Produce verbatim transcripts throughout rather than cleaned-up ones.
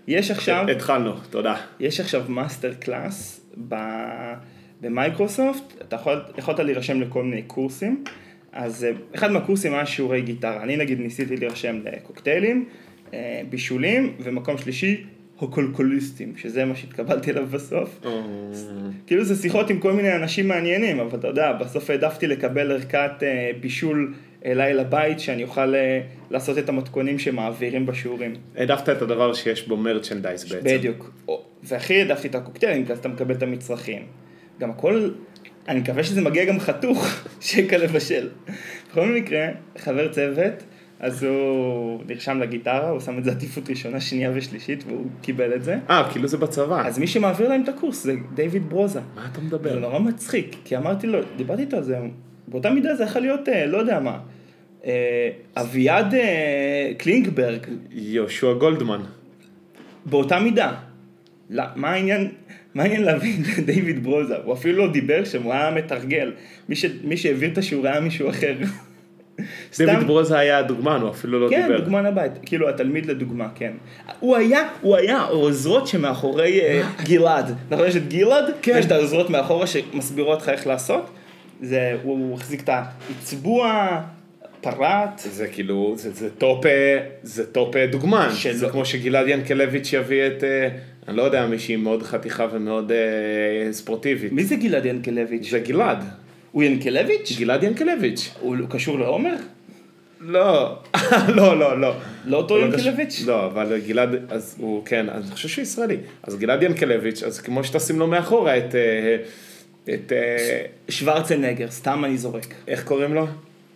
יש עכשיו... התחלנו, תודה. יש עכשיו מאסטר קלאס במייקרוסופט, אתה יכול, יכולת להירשם לכל מיני קורסים, אז אחד מהקורסים היה שיעורי גיטרה, אני נגיד ניסיתי להירשם לקוקטיילים, בישולים, ומקום שלישי, הוקולקוליסטים, שזה מה שהתקבלתי אליו בסוף. כאילו זה שיחות עם כל מיני אנשים מעניינים, אבל אתה יודע, בסוף העדפתי לקבל ערכת בישול אליי לבית, שאני אוכל לעשות את המתכונים שמעבירים בשיעורים. העדפת את הדבר שיש בו מרצ'נדייז בעצם. בדיוק. והכי העדפתי את הקוקטיילים, כי אז אתה מקבל את המצרכים. גם הכל, אני מקווה שזה מגיע גם חתוך, שיקה לבשל. בכל מקרה, חבר צוות, אז הוא נרשם לגיטרה, הוא שם את זה עדיפות ראשונה, שנייה ושלישית, והוא קיבל את זה. אה, כאילו זה בצבא. אז מי שמעביר להם את הקורס זה דיוויד ברוזה. מה אתה מדבר? זה נורא מצחיק, כי אמרתי לו, דיברתי איתו על זה, באותה מידה זה יכול להיות, לא יודע מה, אביעד קלינגברג. יהושע גולדמן. באותה מידה. מה העניין, מה העניין להביא את דיוויד ברוזה? הוא אפילו לא דיבר שם, הוא היה מתרגל. מי, ש, מי שהעביר את השיעור היה מישהו אחר. דיוויד ברוזה היה הדוגמן, הוא אפילו לא כן, דיבר. כן, דוגמן הבית, כאילו התלמיד לדוגמה, כן. הוא היה, הוא היה העוזרות שמאחורי גלעד. נכון, יש את גלעד, כן. יש את העוזרות מאחורה שמסבירות לך איך לעשות. זה, הוא החזיק את העצבוע, פרט. זה כאילו, זה, זה טופ, זה טופ דוגמן. של... זה כמו שגלעד ינקלביץ' יביא את, אני לא יודע, מישהי מאוד חתיכה ומאוד אה, ספורטיבית. מי זה גלעד ינקלביץ'? זה גלעד. הוא ינקלביץ'? גלעד ינקלביץ'. הוא קשור לעומר? לא, לא, לא, לא. לא אותו ינקלביץ'? לא, אבל גלעד, אז הוא, כן, אני חושב שהוא ישראלי. אז גלעד ינקלביץ', אז כמו שתשים לו מאחורה את, את... שוורצנגר, סתם אני זורק. איך קוראים לו?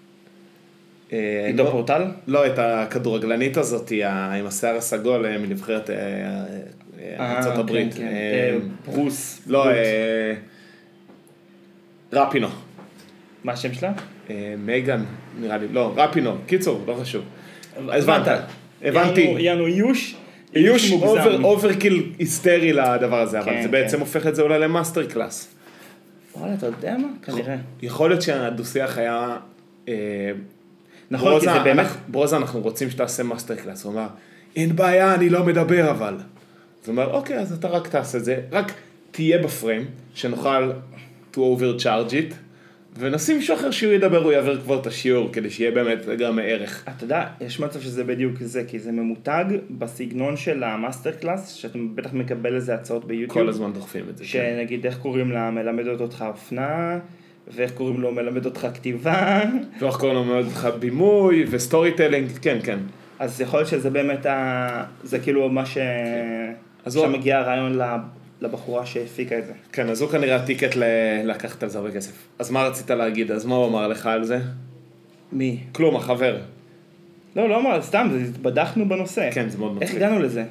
עידו פורטל? לא, את הכדורגלנית הזאת, עם השיער הסגול מנבחרת ארצות הברית. ברוס. לא, רפינו. מה השם שלה? מייגן, נראה לי, לא, רפינו, קיצור, לא חשוב. הבנת, הבנתי. יענו איוש, איוש אוברקיל היסטרי לדבר הזה, אבל זה בעצם הופך את זה אולי למאסטר קלאס. וואלה, אתה יודע מה? כנראה. יכול להיות שהדו-שיח היה... נכון, כי זה באמת... ברוזה, אנחנו רוצים שתעשה מאסטר קלאס. הוא אמר, אין בעיה, אני לא מדבר אבל. אז הוא אומר, אוקיי, אז אתה רק תעשה את זה, רק תהיה בפריים, שנוכל to overcharge it, ונשים מישהו אחר שהוא ידבר, הוא יעבר כבר את השיעור, כדי שיהיה באמת גם ערך. אתה יודע, יש מצב שזה בדיוק זה, כי זה ממותג בסגנון של המאסטר קלאס, שאתה בטח מקבל איזה הצעות ביוטיוב. כל הזמן דוחפים את זה. שנגיד, איך קוראים לה, מלמד אותך אופנה, ואיך קוראים לו, מלמד אותך כתיבה. ואיך קוראים לו, מלמד אותך בימוי, וסטורי טלינג, כן, כן. אז יכול להיות שזה באמת, ה... זה כאילו מה ש... שם מגיע הרעיון לבחורה שהפיקה את זה. כן, אז הוא כנראה הטיקט לקחת על זה הרבה כסף. אז מה רצית להגיד? אז מה הוא אמר לך על זה? מי? כלום, החבר. לא, לא אמר, סתם, התבדחנו בנושא. כן, זה מאוד מצחיק. איך הגענו לזה?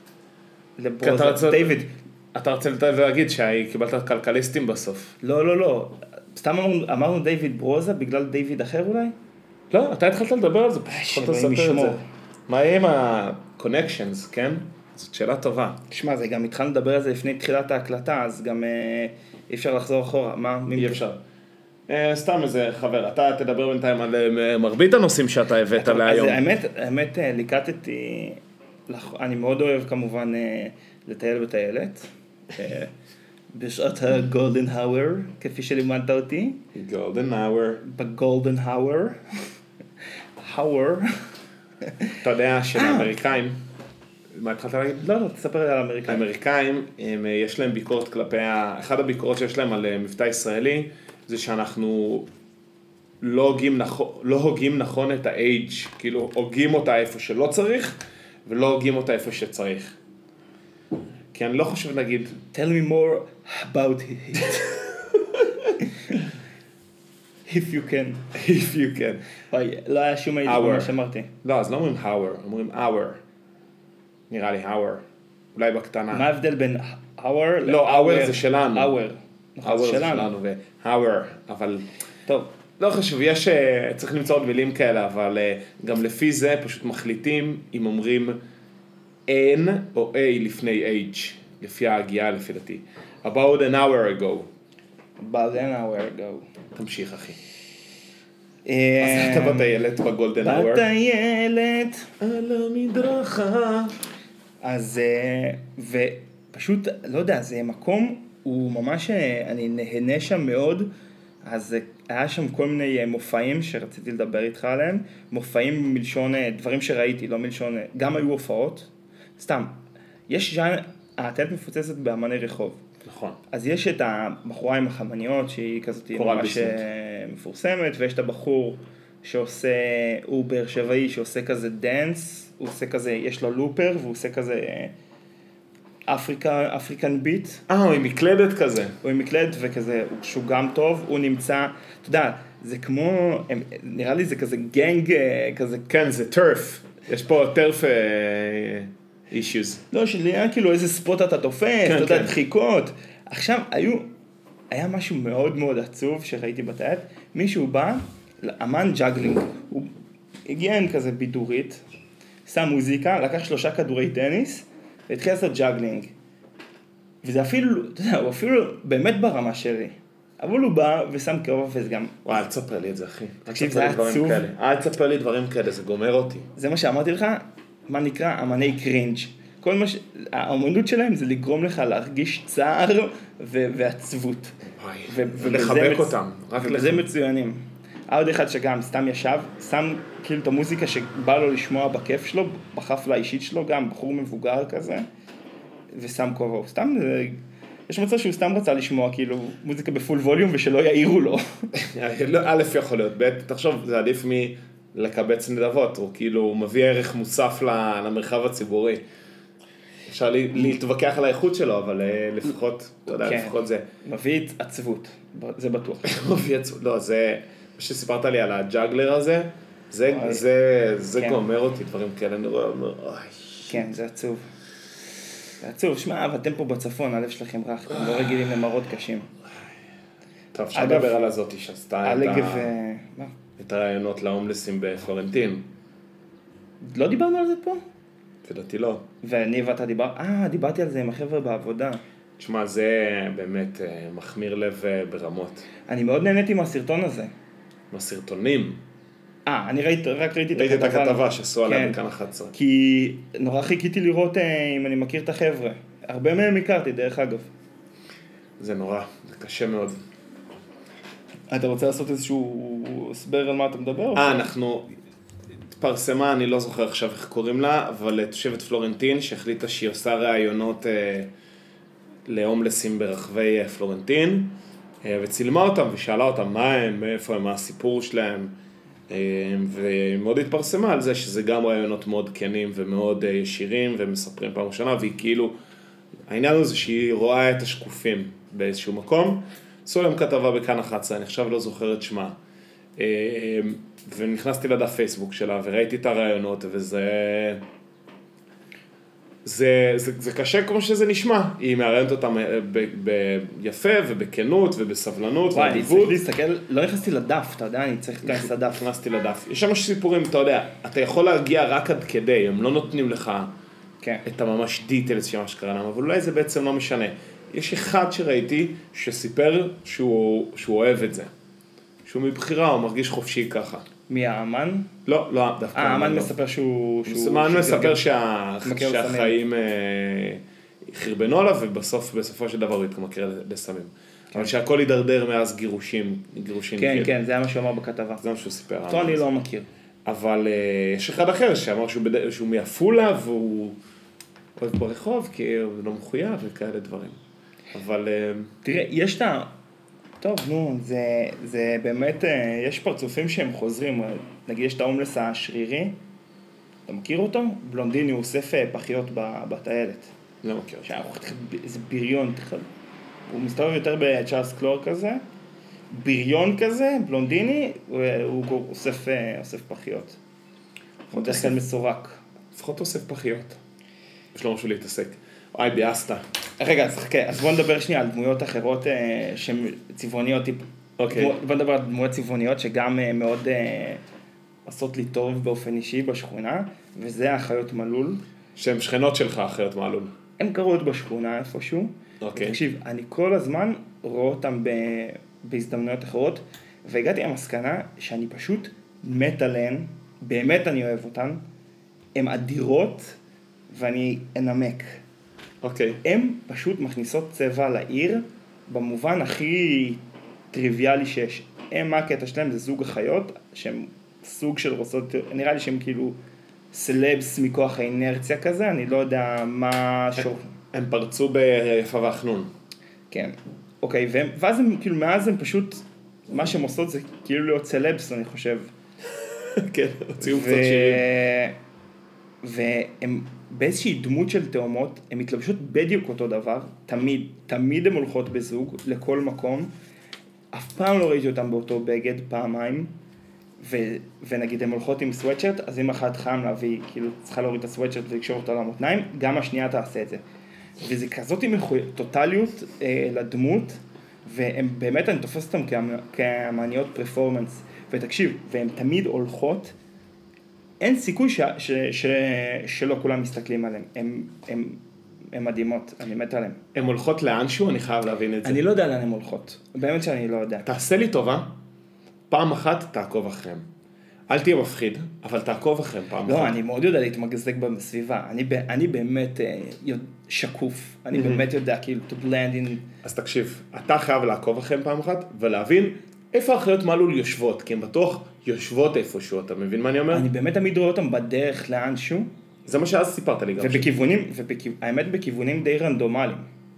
לברוזה, דיוויד. אתה רוצה להגיד שקיבלת כלכליסטים בסוף. לא, לא, לא. סתם אמרנו דיוויד ברוזה בגלל דיוויד אחר אולי? לא, אתה התחלת לדבר על זה. שבאים משמור. מה יהיה עם ה-connections, כן? זאת שאלה טובה. תשמע, זה גם התחלנו לדבר על זה לפני תחילת ההקלטה, אז גם אי אפשר לחזור אחורה. מה? אי אפשר. סתם איזה חבר, אתה תדבר בינתיים על מרבית הנושאים שאתה הבאת להיום. האמת, האמת, ליקטתי, אני מאוד אוהב כמובן לטייל בטיילת. בשעת הגולדן האוור, כפי שלימדת אותי. גולדן האוור. בגולדן האוור. האוור. אתה יודע שלאמריקאים, מה התחלת להגיד? לא, לא, תספר לי על האמריקאים. האמריקאים, יש להם ביקורת כלפי, אחד הביקורות שיש להם על מבטא ישראלי, זה שאנחנו לא הוגים נכון, לא הוגים נכון את ה-age, כאילו הוגים אותה איפה שלא צריך, ולא הוגים אותה איפה שצריך. כי אני לא חושב נגיד... tell me more about it. if you can. if you can. אוי, לא היה שום העיד במה שאמרתי. לא, אז לא אומרים hour, אומרים hour. נראה לי hour. אולי בקטנה. מה ההבדל בין hour ל... לא, hour זה שלנו. hour. hour זה שלנו, ו-hour, אבל... טוב. לא חשוב, יש... צריך למצוא עוד מילים כאלה, אבל גם לפי זה פשוט מחליטים אם אומרים N או A לפני H, לפי ההגיעה לפי דעתי. About an hour ago. About an hour ago. תמשיך, אחי. אז אתה בטיילת בגולדן האוור. בטיילת. על המדרכה. אז, ופשוט, לא יודע, זה מקום, הוא ממש, אני נהנה שם מאוד, אז היה שם כל מיני מופעים שרציתי לדבר איתך עליהם, מופעים מלשון, דברים שראיתי, לא מלשון, גם היו הופעות, סתם, יש ז'אנר, הטיילת מפוצצת באמני רחוב. נכון. אז יש את הבחורה עם החמניות, שהיא כזאת ממש מפורסמת, ויש את הבחור שעושה, הוא באר שבעי, שעושה כזה דנס, הוא עושה כזה, יש לו לופר, והוא עושה כזה אפריקה, אפריקן ביט. אה, הוא עם מקלדת כזה. הוא עם מקלדת וכזה, שהוא גם טוב, הוא נמצא, אתה יודע, זה כמו, נראה לי זה כזה גנג, כזה... כן, זה טרף. יש פה טרף אישיוז. לא, שהיה כאילו איזה ספוט אתה תופס, אתה יודע, דחיקות. עכשיו, היו, היה משהו מאוד מאוד עצוב שראיתי בטיילת, מישהו בא, אמן ג'אגלינג, הוא הגיע עם כזה בידורית, שם מוזיקה, לקח שלושה כדורי טניס, והתחיל לעשות ג'אגלינג. וזה אפילו, אתה יודע, הוא אפילו באמת ברמה שלי. אבל הוא בא ושם קרוב וזה גם... וואי, אל תספר לי את זה, אחי. תקשיב, זה היה עצוב. אל תספר לי דברים כאלה, זה גומר אותי. זה מה שאמרתי לך, מה נקרא אמני קרינג'. כל מה ש... האמנות שלהם זה לגרום לך להרגיש צער ו... ועצבות. וואי, ולחבק אותם. ובזה מצוינים. עוד אחד שגם סתם ישב, שם כאילו את המוזיקה שבא לו לשמוע בכיף שלו, בחפלה האישית שלו, גם בחור מבוגר כזה, ושם כובע. סתם, יש מצב שהוא סתם רצה לשמוע כאילו מוזיקה בפול ווליום ושלא יעירו לו. א' יכול להיות, ב' תחשוב, זה עדיף מלקבץ נדבות, הוא כאילו מביא ערך מוסף למרחב הציבורי. אפשר להתווכח על האיכות שלו, אבל לפחות, אתה יודע, לפחות זה. מביא עצבות, זה בטוח. מביא עצבות, לא, זה... מה שסיפרת לי על הג'אגלר הזה, זה, זה, זה כן. גומר אותי, דברים כאלה, אני רואה, אומר, אוי. כן, זה עצוב. זה עצוב, שמע, אבל אתם פה בצפון, הלב שלכם רך, אתם לא רגילים למראות קשים. טוב, אפשר לדבר על הזאת שעשתה את, ה... ו... את הרעיונות להומלסים בפלורנטין. לא דיברנו על זה פה? לדעתי לא. ואני ואתה דיבר... אה, דיברתי על זה עם החבר'ה בעבודה. תשמע, זה באמת מחמיר לב ברמות. אני מאוד נהניתי מהסרטון הזה. מהסרטונים? אה, אני ראית, רק ראיתי ראיתי את הכתבה שעשו עליה בכאן אחת עשרה. כי נורא חיכיתי לראות אם אני מכיר את החבר'ה. הרבה מהם הכרתי, דרך אגב. זה נורא, זה קשה מאוד. אתה רוצה לעשות איזשהו הסבר על מה אתה מדבר? אה, אנחנו... התפרסמה, אני לא זוכר עכשיו איך קוראים לה, אבל תושבת פלורנטין שהחליטה שהיא עושה ראיונות אה, להומלסים ברחבי פלורנטין, אה, וצילמה אותם ושאלה אותם מה הם, מאיפה הם, מה הסיפור שלהם, אה, ומאוד התפרסמה על זה שזה גם ראיונות מאוד כנים ומאוד אה, ישירים ומספרים פעם ראשונה, והיא כאילו, העניין הוא זה שהיא רואה את השקופים באיזשהו מקום, עשו להם כתבה בכאן אחת עשרה, אני עכשיו לא זוכר את שמה, אה, ונכנסתי לדף פייסבוק שלה וראיתי את הרעיונות וזה זה, זה, זה קשה כמו שזה נשמע. היא מעריינת אותם ביפה ובכנות ובסבלנות. וואי, אני צריך להסתכל, לא נכנסתי לדף, אתה יודע, אני צריך להיכנס לדף. נכנסתי לדף. יש שם סיפורים, אתה יודע, אתה יכול להגיע רק עד כדי, הם לא נותנים לך כן. את הממש דיטלס של מה שקרה להם, אבל אולי זה בעצם לא משנה. יש אחד שראיתי שסיפר שהוא, שהוא אוהב את זה. שהוא מבחירה, הוא מרגיש חופשי ככה. מי האמן? לא, לא, דווקא. האמן מספר שהוא... האמן מספר שהחיים חרבנו עליו, ובסוף, בסופו של דבר הוא התמכר לסמים. אבל שהכל יידרדר מאז גירושים. כן, כן, זה היה מה שהוא אמר בכתבה. זה מה שהוא סיפר. אותו אני לא מכיר. אבל יש אחד אחר שאמר שהוא מיפולה, והוא אוהב ברחוב, כי הוא לא מחויב וכאלה דברים. אבל... תראה, יש את ה... טוב, נו, זה, זה באמת, יש פרצופים שהם חוזרים, נגיד יש את ההומלס השרירי, אתה מכיר אותו? בלונדיני, הוא אוסף פחיות בטיילת. לא מכיר. איזה בריון, הוא מסתובב יותר בצ'ארלס קלור כזה, בריון כזה, בלונדיני, הוא אוסף, אוסף פחיות. הוא דרך כלל מסורק. לפחות אוסף פחיות. יש לו משהו להתעסק. אוי, ביאסת. רגע, אז חכה, אז בוא נדבר שנייה על דמויות אחרות שהן צבעוניות, אוקיי. בוא נדבר על דמויות צבעוניות שגם מאוד עושות לי טוב באופן אישי בשכונה, וזה האחיות מלול. שהן שכנות שלך, האחיות מלול. הן קרות בשכונה איפשהו. אוקיי. תקשיב, אני כל הזמן רואה אותן בהזדמנויות אחרות, והגעתי למסקנה שאני פשוט מת עליהן, באמת אני אוהב אותן, הן אדירות, ואני אנמק. אוקיי. הם פשוט מכניסות צבע לעיר, במובן הכי טריוויאלי שיש. הם, מה הקטע שלהם? זה זוג החיות, שהם סוג של רוצות, נראה לי שהם כאילו סלבס מכוח האינרציה כזה, אני לא יודע מה שור. הם פרצו ביפה והחנון. כן, אוקיי, והם, ואז הם, כאילו, מאז הם פשוט, מה שהם עושות זה כאילו להיות סלבס, אני חושב. כן, הוציאו קצת שירים. והם באיזושהי דמות של תאומות, הם מתלבשות בדיוק אותו דבר, תמיד, תמיד הם הולכות בזוג, לכל מקום, אף פעם לא ראיתי אותם באותו בגד, פעמיים, ו, ונגיד הם הולכות עם סוואטשרט, אז אם אחת חם להביא, כאילו צריכה להוריד את הסוואטשרט ולקשור אותו למותניים, גם השנייה תעשה את זה. וזה כזאת עם טוטליות אה, לדמות, והם באמת, אני תופס אותם כמעניות פרפורמנס, ותקשיב, והן תמיד הולכות, אין סיכוי ש, ש, ש, שלא כולם מסתכלים עליהם, הם, הם, הם מדהימות, אני מת עליהם. הן הולכות לאנשהו, אני חייב להבין את זה. אני לא יודע לאן הן הולכות, באמת שאני לא יודע. תעשה לי טובה, פעם אחת תעקוב אחריהם. אל תהיה מפחיד, אבל תעקוב אחריהם פעם אחת. לא, אני מאוד יודע להתמגזק בסביבה, אני, אני באמת שקוף, אני mm-hmm. באמת יודע כאילו to blend in. אז תקשיב, אתה חייב לעקוב אחריהם פעם אחת, ולהבין איפה החיות מעלול יושבות, כי הן בטוח יושבות איפשהו, אתה מבין מה אני אומר? אני באמת תמיד רואה אותם בדרך לאנשהו. זה מה שאז סיפרת לי גם. ובכיוונים, ובכיו... האמת בכיוונים די רנדומליים.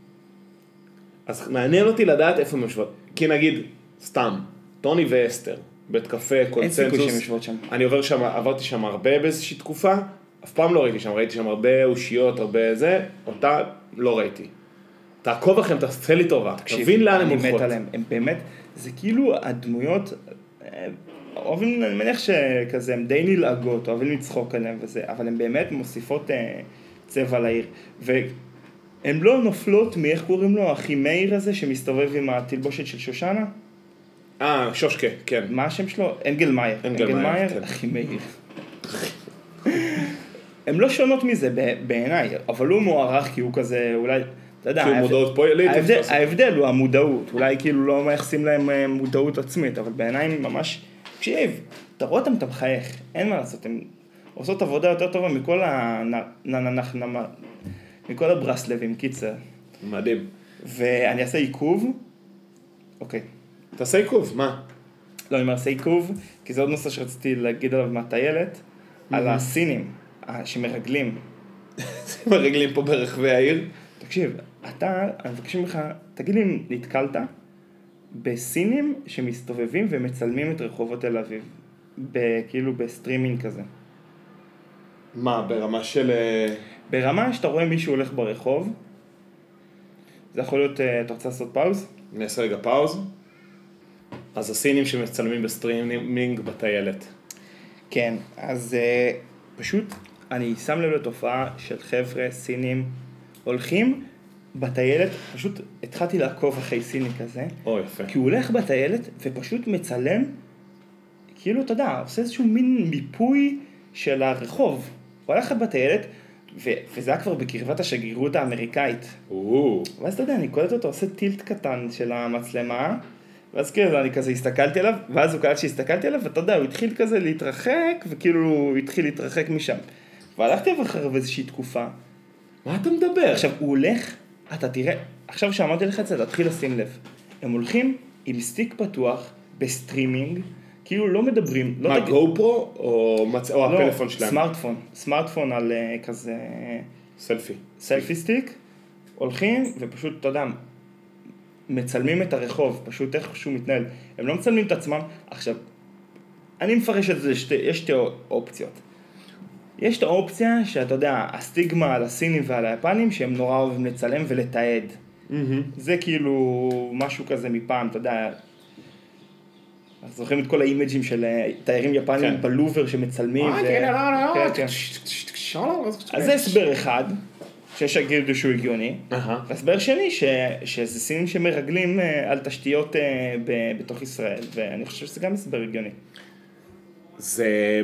אז מעניין אותי לדעת איפה הם יושבות. כי נגיד, סתם, טוני ואסתר, בית קפה, קונצנזוס. אין סיכוי שהם יושבות שם. אני עובר שם, עברתי שם הרבה באיזושהי תקופה, אף פעם לא ראיתי שם, ראיתי שם הרבה אושיות, הרבה זה, אותה לא ראיתי. תעקוב לכם, תעשה לי טובה, תבין לאן הם הולכות. אני מת עליהם, הם באמת, זה כאילו הדמויות, אוהבים, אני מניח שכזה, הם די נלעגות, אוהבים לצחוק עליהם וזה, אבל הם באמת מוסיפות אה, צבע לעיר, והן לא נופלות מאיך קוראים לו, אחי מאיר הזה, שמסתובב עם התלבושת של שושנה? אה, שושקה, כן. מה השם שלו? אנגל מאיר. אנגל מאיר, כן. אחי מאיר. הם לא שונות מזה בעיניי, אבל הוא מוערך כי הוא כזה, אולי, אתה יודע, שהוא מודעות פועלית. ההבדל, ההבדל הוא המודעות, אולי כאילו לא מייחסים להם מודעות עצמית, אבל בעיניי ממש, תקשיב, אתה רואה אותם, אתה מחייך, אין מה לעשות, הם עושות עבודה יותר טובה מכל הננחנמה, מכל הברסלבים, קיצר. מדהים. ואני אעשה עיכוב, אוקיי. תעשה עיכוב, מה? לא, אני אעשה עיכוב, כי זה עוד נושא שרציתי להגיד עליו מהטיילת, על הסינים שמרגלים. מרגלים פה ברחבי העיר. תקשיב, אתה, אני מבקש ממך, תגיד לי אם נתקלת בסינים שמסתובבים ומצלמים את רחובות תל אביב, כאילו בסטרימינג כזה. מה, ברמה של... ברמה שאתה רואה מישהו הולך ברחוב, זה יכול להיות, אתה רוצה לעשות פאוז? אני אעשה רגע פאוז. אז הסינים שמצלמים בסטרימינג בטיילת. כן, אז פשוט אני שם לב לתופעה של חבר'ה סינים הולכים בטיילת, פשוט התחלתי לעקוב אחרי סיני כזה. או, יפה. כי הוא הולך בטיילת ופשוט מצלם, כאילו, אתה יודע, עושה איזשהו מין מיפוי של הרחוב. הוא הולך בטיילת, ו- וזה היה כבר בקרבת השגרירות האמריקאית. או. ואז אתה יודע, אני קולט אותו, עושה טילט קטן של המצלמה, ואז כאילו אני כזה הסתכלתי עליו, ואז הוא קלט שהסתכלתי עליו, ואתה יודע, הוא התחיל כזה להתרחק, וכאילו הוא התחיל להתרחק משם. והלכתי אחריו איזושהי תקופה. מה אתה מדבר? עכשיו, הוא הולך, אתה תראה, עכשיו שאמרתי לך את זה, תתחיל לשים לב. הם הולכים עם סטיק פתוח, בסטרימינג, כאילו לא מדברים. מה, לא גו פרו או, מצ... או לא, הפלאפון שלהם? סמארטפון. סמארטפון על uh, כזה... סלפי. סלפי סטיק. הולכים ופשוט, אתה יודע, מצלמים את הרחוב, פשוט איך שהוא מתנהל. הם לא מצלמים את עצמם. עכשיו, אני מפרש את זה, שתי, יש שתי אופציות. יש את האופציה שאתה יודע, הסטיגמה על הסינים ועל היפנים, שהם נורא אוהבים לצלם ולתעד. Mm-hmm. זה כאילו משהו כזה מפעם, אתה יודע, אנחנו זוכרים את כל האימג'ים של תיירים יפנים כן. בלובר שמצלמים. אה, כן, לא, לא, כן, כן. אז זה הסבר אחד, שיש אגידו שהוא הגיוני, והסבר שני, ש... שזה סינים שמרגלים על תשתיות ב... בתוך ישראל, ואני חושב שזה גם הסבר הגיוני. זה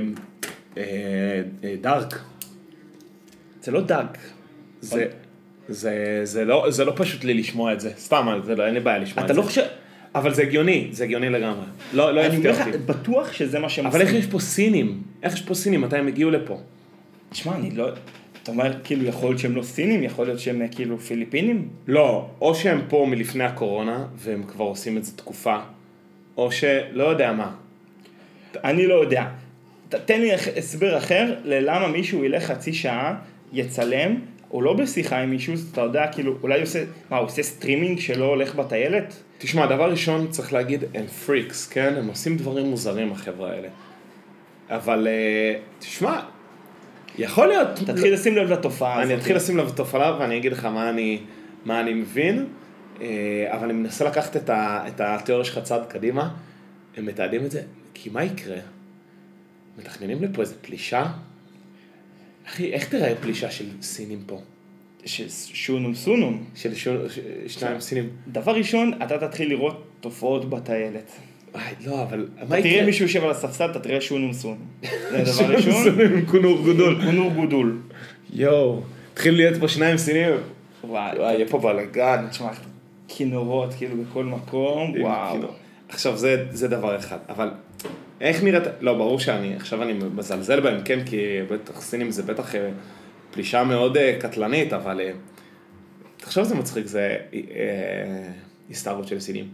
דארק. זה לא דארק. זה, זה, זה לא, זה לא פשוט לי לשמוע את זה. סתם, זה לא, אין לי בעיה לשמוע את אתה זה. לא חושב... אבל זה הגיוני, זה הגיוני לגמרי. לא, לא אני יפתיע אותי. בטוח שזה מה שהם אבל עושים. איך יש פה סינים? איך יש פה סינים? מתי הם הגיעו לפה? תשמע, אני לא... אתה אומר, כאילו, יכול להיות שהם לא סינים, יכול להיות שהם כאילו פיליפינים? לא, או שהם פה מלפני הקורונה, והם כבר עושים את זה תקופה, או שלא יודע מה. אני לא יודע. תן לי הסבר אחר ללמה מישהו ילך חצי שעה, יצלם, או לא בשיחה עם מישהו, אתה יודע, כאילו, אולי עושה, מה, הוא עושה סטרימינג שלא הולך בטיילת? תשמע, דבר ראשון צריך להגיד, הם פריקס, כן? הם עושים דברים מוזרים, החבר'ה האלה. אבל, תשמע, יכול להיות... תתחיל לשים לב לתופעה הזאת. אני אתחיל לשים לב לתופעה, ואני אגיד לך מה אני, מה אני מבין, אבל אני מנסה לקחת את, ה, את התיאוריה שלך צעד קדימה, הם מתעדים את זה, כי מה יקרה? מתכננים לפה איזה פלישה? אחי, איך תראה פלישה של סינים פה? של שונום סונום. של שניים סינים. דבר ראשון, אתה תתחיל לראות תופעות בטיילת. לא, אבל... תראה מישהו יושב על הספסל, אתה תראה שונום סונום. זה דבר ראשון. שונום סונום עם כונור גודול. כונור גודול. יואו, התחיל להיות פה שניים סינים. וואי, יהיה פה בלגן. תשמע, כינורות כאילו בכל מקום, וואו. עכשיו, זה, זה דבר אחד, אבל איך נראית, לא, ברור שאני, עכשיו אני מזלזל בהם, כן, כי בטח סינים זה בטח פלישה מאוד קטלנית, אבל תחשוב זה מצחיק, זה הסתערות של סינים.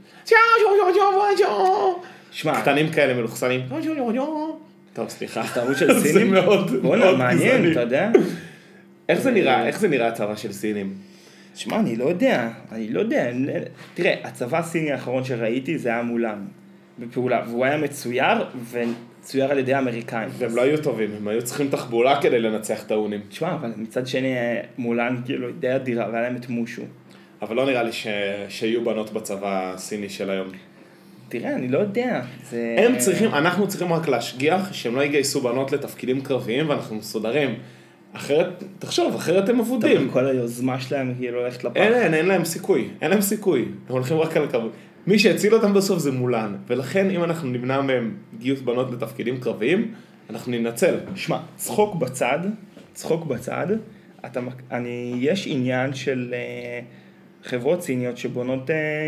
שמע, קטנים כאלה מלוכסנים. טוב, סליחה. הסתערות של סינים? זה מאוד, מאוד מעניין, אתה יודע? איך זה נראה, איך זה נראה הצבא של סינים? שמע, אני לא יודע, אני לא יודע. תראה, הצבא הסיני האחרון שראיתי זה היה מולן, בפעולה, והוא היה מצויר, וצויר על ידי האמריקאים. והם לא היו טובים, הם היו צריכים תחבולה כדי לנצח את האונים. תשמע, אבל מצד שני, מולן כאילו די אדירה, והיה להם את מושו. אבל לא נראה לי ש... שיהיו בנות בצבא הסיני של היום. תראה, אני לא יודע. זה... הם צריכים, אנחנו צריכים רק להשגיח שהם לא יגייסו בנות לתפקידים קרביים, ואנחנו מסודרים. אחרת, תחשוב, אחרת הם עבודים. כל היוזמה שלהם היא לא הולכת לפח. אין, אין, אין להם סיכוי, אין להם סיכוי. הם הולכים רק על קרב. מי שהציל אותם בסוף זה מולן, ולכן אם אנחנו נמנע מהם גיוס בנות לתפקידים קרביים, אנחנו ננצל. שמע, צחוק בצד, צחוק בצד, אתה, אני, יש עניין של uh, חברות סיניות שבונות uh,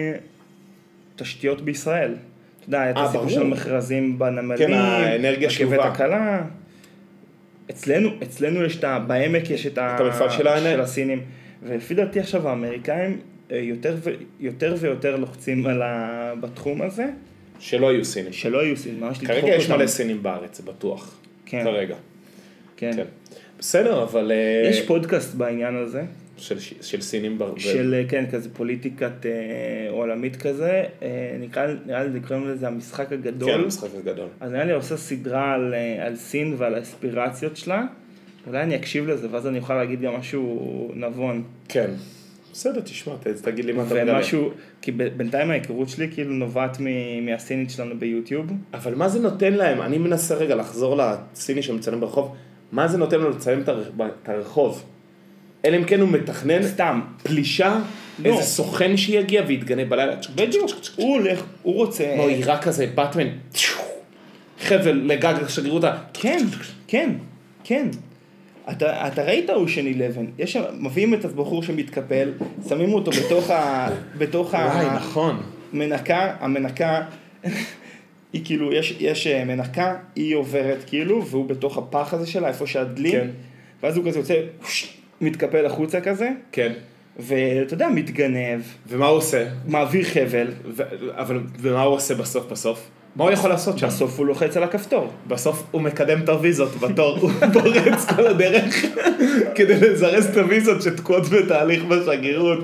תשתיות בישראל. אתה יודע, את הסיפור של מכרזים בנמלים, כן, האנרגיה שלובה. רכבת הקלה. אצלנו, אצלנו יש את ה... בעמק יש את ה... את המפעל של האנרגיה. של הסינים. ולפי דעתי עכשיו האמריקאים יותר, ו... יותר ויותר לוחצים על ה... בתחום הזה. שלא יהיו סינים. שלא יהיו סינים, ממש לדחוק אותם. כרגע יש מלא סינים בארץ, זה בטוח. כן. כרגע. כן. כן. בסדר, אבל... יש פודקאסט בעניין הזה. של, של סינים בר... של, כן, כזה פוליטיקת אה, עולמית כזה. אה, נקרא, נראה לי, קוראים לזה המשחק הגדול. כן, המשחק הגדול. אז נראה לי עושה סדרה על, על סין ועל האספירציות שלה. אולי אני אקשיב לזה, ואז אני אוכל להגיד גם משהו נבון. כן. בסדר, תשמע, תגיד לי מה אתה מגלה. ומשהו, כי בינתיים ההיכרות שלי כאילו נובעת מהסינית שלנו ביוטיוב. אבל מה זה נותן להם? אני מנסה רגע לחזור לסיני שמצלם ברחוב. מה זה נותן לו לצלם את הרחוב? אלא אם כן הוא מתכנן סתם פלישה, לא. איזה סוכן שיגיע ויתגנה בלילה. בדיוק, הוא הולך, הוא רוצה... כמו עירה כזה, באטמן, חבל לגג לשגרירות. כן, כן, כן. אתה, אתה ראית אושן אלבן, יש שם, מביאים את הבחור שמתקפל, שמים אותו בתוך ה... בתוך ה... וואי, נכון. מנקה, המנקה, היא כאילו, יש, יש מנקה, היא עוברת כאילו, והוא בתוך הפח הזה שלה, איפה שהדלים, כן. ואז הוא כזה יוצא, מתקפל החוצה כזה, כן. ואתה יודע, מתגנב. ומה הוא עושה? מעביר חבל. ו- אבל, ומה הוא עושה בסוף בסוף? מה הוא יכול לעשות שם? בסוף הוא לוחץ על הכפתור. בסוף הוא מקדם את הוויזות בתור, הוא פורץ כל הדרך כדי לזרז את הוויזות שתקועות בתהליך בשגרירות.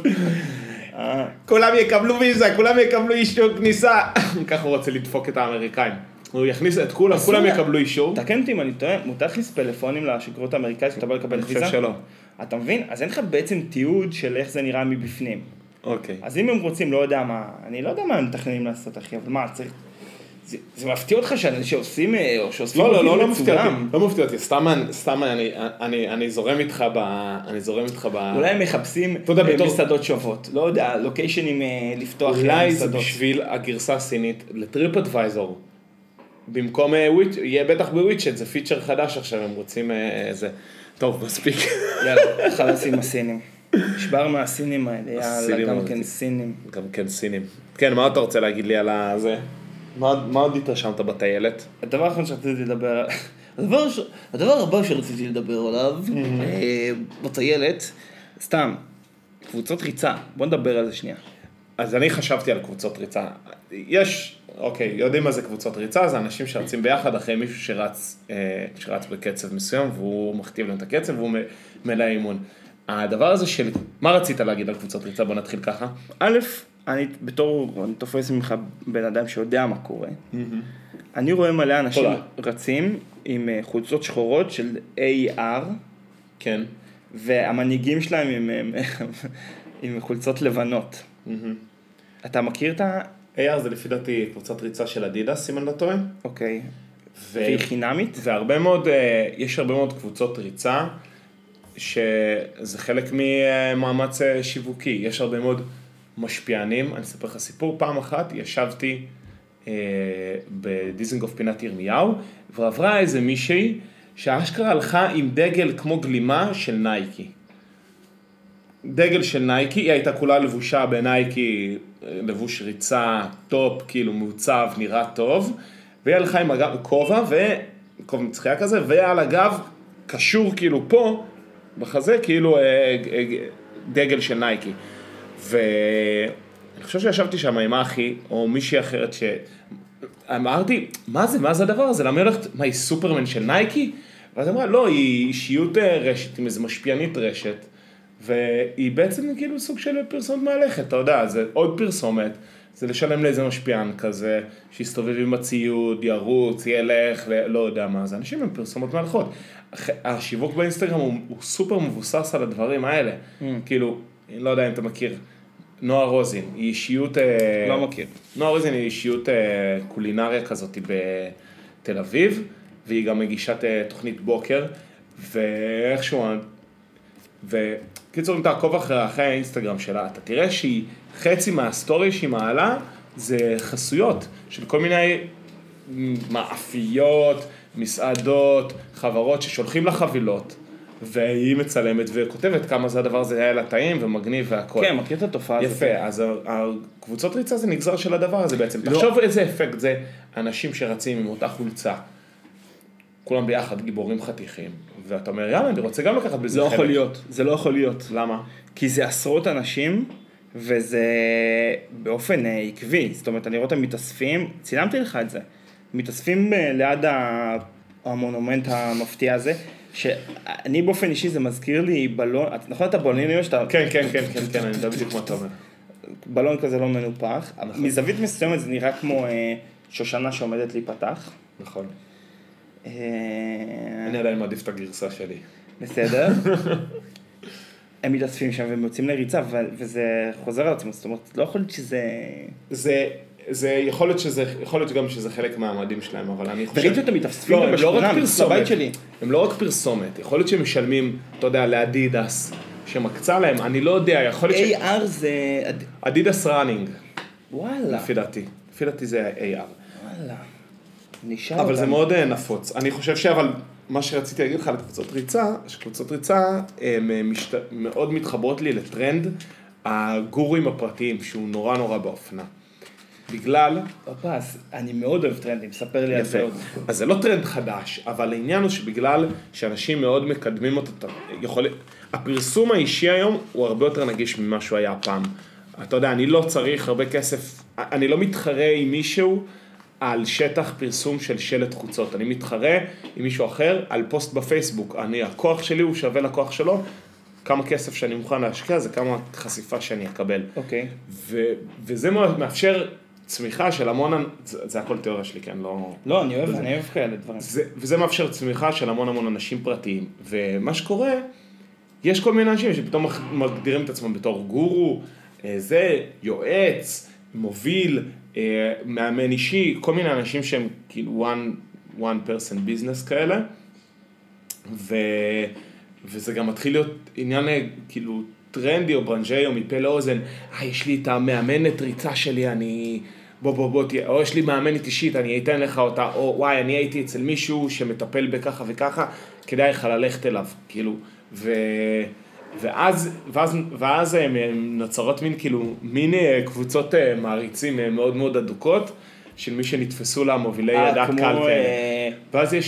כולם יקבלו ויזה, כולם יקבלו אישור כניסה. ככה הוא רוצה לדפוק את האמריקאים. הוא יכניס את כולם, כולם יקבלו אישור. תקן אותי אם אני טועה, מותר להכניס פלאפונים לשגרירות האמריקאית שאתה בא לקבל ויזה? אני חושב שלא. אתה מבין? אז אין לך בעצם תיעוד של איך זה נראה מבפנים. אוקיי. אז אם הם רוצים, לא יודע מה, אני לא יודע מה הם מתכננים לעשות, אחי, אבל מה, צריך... זה, זה מפתיע אותך שעושים, או שעושים... לא, לא, לא, לא מפתיע אותי, לא מפתיע אותי, סתם, סתם אני, אני, אני זורם איתך ב... אני זורם איתך ב... אולי הם מחפשים מסעדות שוות, לא יודע, לוקיישנים לפתוח מסעדות. אולי זה בשביל הגרסה הסינית לטריפ אדוויזור. במקום וויץ', יהיה בטח בוויצ'ט, זה פיצ'ר חדש עכשיו, הם רוצים איזה... טוב, מספיק. יאללה, חלס עם הסינים. נשבר מהסינים האלה, יאללה, גם כן סינים. גם כן סינים. כן, מה אתה רוצה להגיד לי על זה? מה עוד התרשמת בטיילת? הדבר האחרון שרציתי לדבר, הדבר, ש... הדבר הבא שרציתי לדבר עליו, בטיילת, סתם, קבוצות ריצה, בוא נדבר על זה שנייה. אז אני חשבתי על קבוצות ריצה. יש, אוקיי, יודעים מה זה קבוצות ריצה, זה אנשים שרצים ביחד אחרי מישהו שרץ, שרץ בקצב מסוים, והוא מכתיב להם את הקצב, והוא מלא אימון. הדבר הזה של, מה רצית להגיד על קבוצות ריצה? בוא נתחיל ככה. א', אני בתור, אני תופס ממך בן אדם שיודע מה קורה. אני רואה מלא אנשים רצים עם חולצות שחורות של איי אר. כן. והמנהיגים שלהם עם, עם חולצות לבנות. אתה מכיר את ה... איי אר זה לפי דעתי קבוצת ריצה של אדידס, אם אני לא טועה. אוקיי. והיא חינמית? והרבה מאוד, יש הרבה מאוד קבוצות ריצה, שזה חלק ממאמץ שיווקי. יש הרבה מאוד משפיענים. אני אספר לך סיפור. פעם אחת ישבתי בדיזנגוף פינת ירמיהו, ועברה איזה מישהי שהאשכרה הלכה עם דגל כמו גלימה של נייקי. דגל של נייקי, היא הייתה כולה לבושה בנייקי, לבוש ריצה, טופ, כאילו מעוצב, נראה טוב, והיא הלכה עם הגב, כובע, וכובע מצחייה כזה, ועל הגב קשור כאילו פה, בחזה, כאילו דגל של נייקי. ואני חושב שישבתי שם עם אחי, או מישהי אחרת ש... אמרתי, מה זה, מה זה הדבר הזה? למה היא הולכת, מה, היא סופרמן של נייקי? ואז אמרה, לא, היא אישיות רשת, עם איזו משפיענית רשת, והיא בעצם כאילו סוג של פרסומת מהלכת, אתה יודע, זה עוד פרסומת, זה לשלם לאיזה משפיען כזה, שיסתובב עם הציוד, ירוץ, ילך, לא יודע מה, זה אנשים עם פרסומות מהלכות. השיווק באינסטגרם הוא, הוא סופר מבוסס על הדברים האלה, mm. כאילו, אני לא יודע אם אתה מכיר, נועה רוזין, היא אישיות... לא מכיר. נועה רוזין היא אישיות קולינריה כזאת בתל אביב, והיא גם מגישת תוכנית בוקר, ואיכשהו... וקיצור, אם תעקוב אחרי, אחרי האינסטגרם שלה, אתה תראה שהיא חצי מהסטורי שהיא מעלה, זה חסויות של כל מיני מאפיות, מסעדות, חברות ששולחים לה חבילות, והיא מצלמת וכותבת כמה זה הדבר הזה היה לה טעים ומגניב והכל. כן, מכיר את התופעה הזאת. יפה, אז הקבוצות ריצה זה נגזר של הדבר הזה בעצם. לא. תחשוב איזה אפקט זה אנשים שרצים עם אותה חולצה, כולם ביחד גיבורים חתיכים, ואתה אומר, יאללה, אני רוצה גם לקחת בזה לא חלק. יכול להיות, זה לא יכול להיות. למה? כי זה עשרות אנשים, וזה באופן עקבי, זאת אומרת, אני רואה אותם מתאספים, צילמתי לך את זה, מתאספים ליד המונומנט המפתיע הזה, שאני באופן אישי זה מזכיר לי בלון, נכון את הבלונים שאתה... כן, כן, כן, כן, כן, אני יודע בדיוק מה אתה אומר. בלון כזה לא מנופח, מזווית מסוימת זה נראה כמו שושנה שעומדת להיפתח. נכון. אני עדיין מעדיף את הגרסה שלי. בסדר. הם מתאספים שם והם יוצאים לריצה, וזה חוזר על עצמו, זאת אומרת, לא יכול להיות שזה... זה... זה יכול להיות שזה, יכול להיות גם שזה חלק מהמועדים שלהם, אבל אני חושב... וראיתי אותם מתאספים גם בשכונה, בבית שלי. הם לא רק פרסומת, יכול להיות שהם משלמים, אתה יודע, לאדידס, שמקצה להם, אני לא יודע, יכול להיות ש... איי אר זה... אדידס ראנינג. וואלה. לפי דעתי, לפי דעתי זה איי אר. וואלה. נשאר אבל זה מאוד נפוץ. אני חושב שאבל, מה שרציתי להגיד לך על קבוצות ריצה, שקבוצות ריצה משת... מאוד מתחברות לי לטרנד הגורים הפרטיים, שהוא נורא נורא באופנה. בגלל... פפס, אני מאוד אוהב טרנדים, ספר לי על זה עוד. אז זה לא טרנד חדש, אבל העניין הוא שבגלל שאנשים מאוד מקדמים אותו, יכול... הפרסום האישי היום הוא הרבה יותר נגיש ממה שהוא היה פעם. אתה יודע, אני לא צריך הרבה כסף, אני לא מתחרה עם מישהו על שטח פרסום של שלט חוצות, אני מתחרה עם מישהו אחר על פוסט בפייסבוק, אני, הכוח שלי הוא שווה לכוח שלו, כמה כסף שאני מוכן להשקיע, זה כמה חשיפה שאני אקבל. אוקיי. ו- וזה מאפשר צמיחה של המון, זה, זה הכל תיאוריה שלי, כן, לא... לא, אני אוהב, אני אוהב כאלה דברים. זה, וזה מאפשר צמיחה של המון המון אנשים פרטיים, ומה שקורה, יש כל מיני אנשים שפתאום מגדירים את עצמם בתור גורו, זה יועץ, מוביל, מאמן אישי, כל מיני אנשים שהם כאילו one, one person business כאלה, ו, וזה גם מתחיל להיות עניין כאילו טרנדי או ברנג'י או מפה לאוזן, אה, יש לי את המאמנת ריצה שלי, אני, בוא בוא בוא, או יש לי מאמנת אישית, אני אתן לך אותה, או וואי, אני הייתי אצל מישהו שמטפל בככה וככה, כדאי לך ללכת אליו, כאילו, ו... ואז, ואז, ואז הם נוצרות מין, כאילו, מין קבוצות מעריצים מאוד מאוד אדוקות, של מי שנתפסו לה מובילי ידע קל כאלה. ואז יש,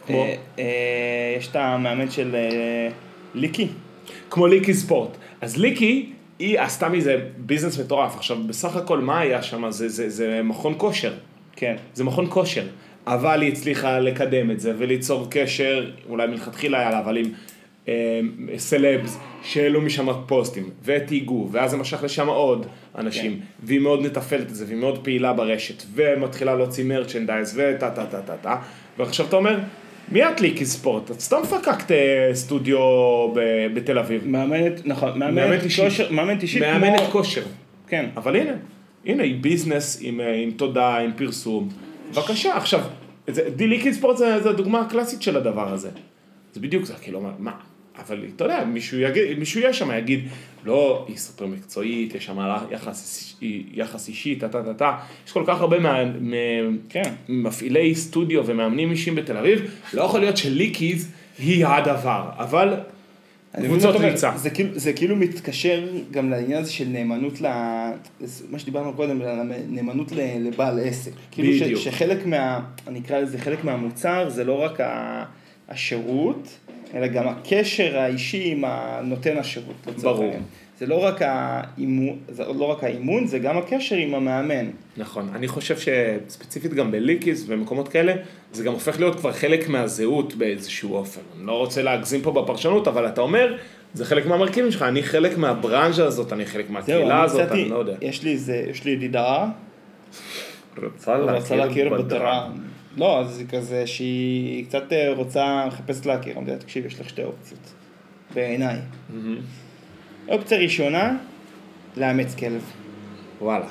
כמו? אה, אה, יש את המאמן של אה, ליקי. כמו ליקי ספורט. אז ליקי, היא עשתה מזה ביזנס מטורף. עכשיו, בסך הכל, מה היה שם? זה, זה, זה מכון כושר. כן. זה מכון כושר. אבל היא הצליחה לקדם את זה וליצור קשר, אולי מלכתחילה היה לה, אבל עם אה, סלבס שהעלו משם פוסטים, ותיגעו, ואז זה משך לשם עוד אנשים, כן. והיא מאוד מטפלת את זה, והיא מאוד פעילה ברשת, ומתחילה להוציא מרצ'נדייז, וטה טה טה טה טה, ועכשיו אתה אומר, מי את ליקי ספורט? את סתם פקקת סטודיו ב- בתל אביב. מאמנת, נכון, מאמנת כושר, מאמנת אישית כמו... מאמנת כושר. כן. אבל הנה, הנה, היא ביזנס עם, עם תודה, עם פרסום. בבקשה, עכשיו, די ליקי ספורט זה, זה הדוגמה הקלאסית של הדבר הזה. זה בדיוק זה, כאילו, מה? אבל אתה יודע, מישהו, יגיד, מישהו יש שם, יגיד, לא, היא סופר מקצועית, יש שם יחס, יחס אישי, טה טה טה טה. יש כל כך הרבה מה, כן. מפעילי סטודיו ומאמנים אישיים בתל אביב, לא יכול להיות שליקיז היא הדבר, אבל קבוצות ריצה. זה כאילו, זה כאילו מתקשר גם לעניין הזה של נאמנות, ל... מה שדיברנו קודם, נאמנות לבעל עסק. כאילו ש, שחלק מה, אני אקרא לזה, חלק מהמוצר, זה לא רק השירות, אלא גם הקשר האישי עם נותן השירות. ברור. זה לא רק האימון, זה לא רק האימון, זה גם הקשר עם המאמן. נכון. אני חושב שספציפית גם בליקיז ומקומות כאלה, זה גם הופך להיות כבר חלק מהזהות באיזשהו אופן. אני לא רוצה להגזים פה בפרשנות, אבל אתה אומר, זה חלק מהמרכיבים שלך, אני חלק מהברנז'ה הזאת, אני חלק מהקהילה הזאת, אני לא יודע. יש לי זה, יש לי ידידה, רוצה רוצה להכיר בדרה. לא, אז זה כזה שהיא קצת רוצה, מחפשת להכיר, אני יודע, תקשיב, יש לך שתי אופציות, בעיניי. אופציה ראשונה, לאמץ כלב. וואלה.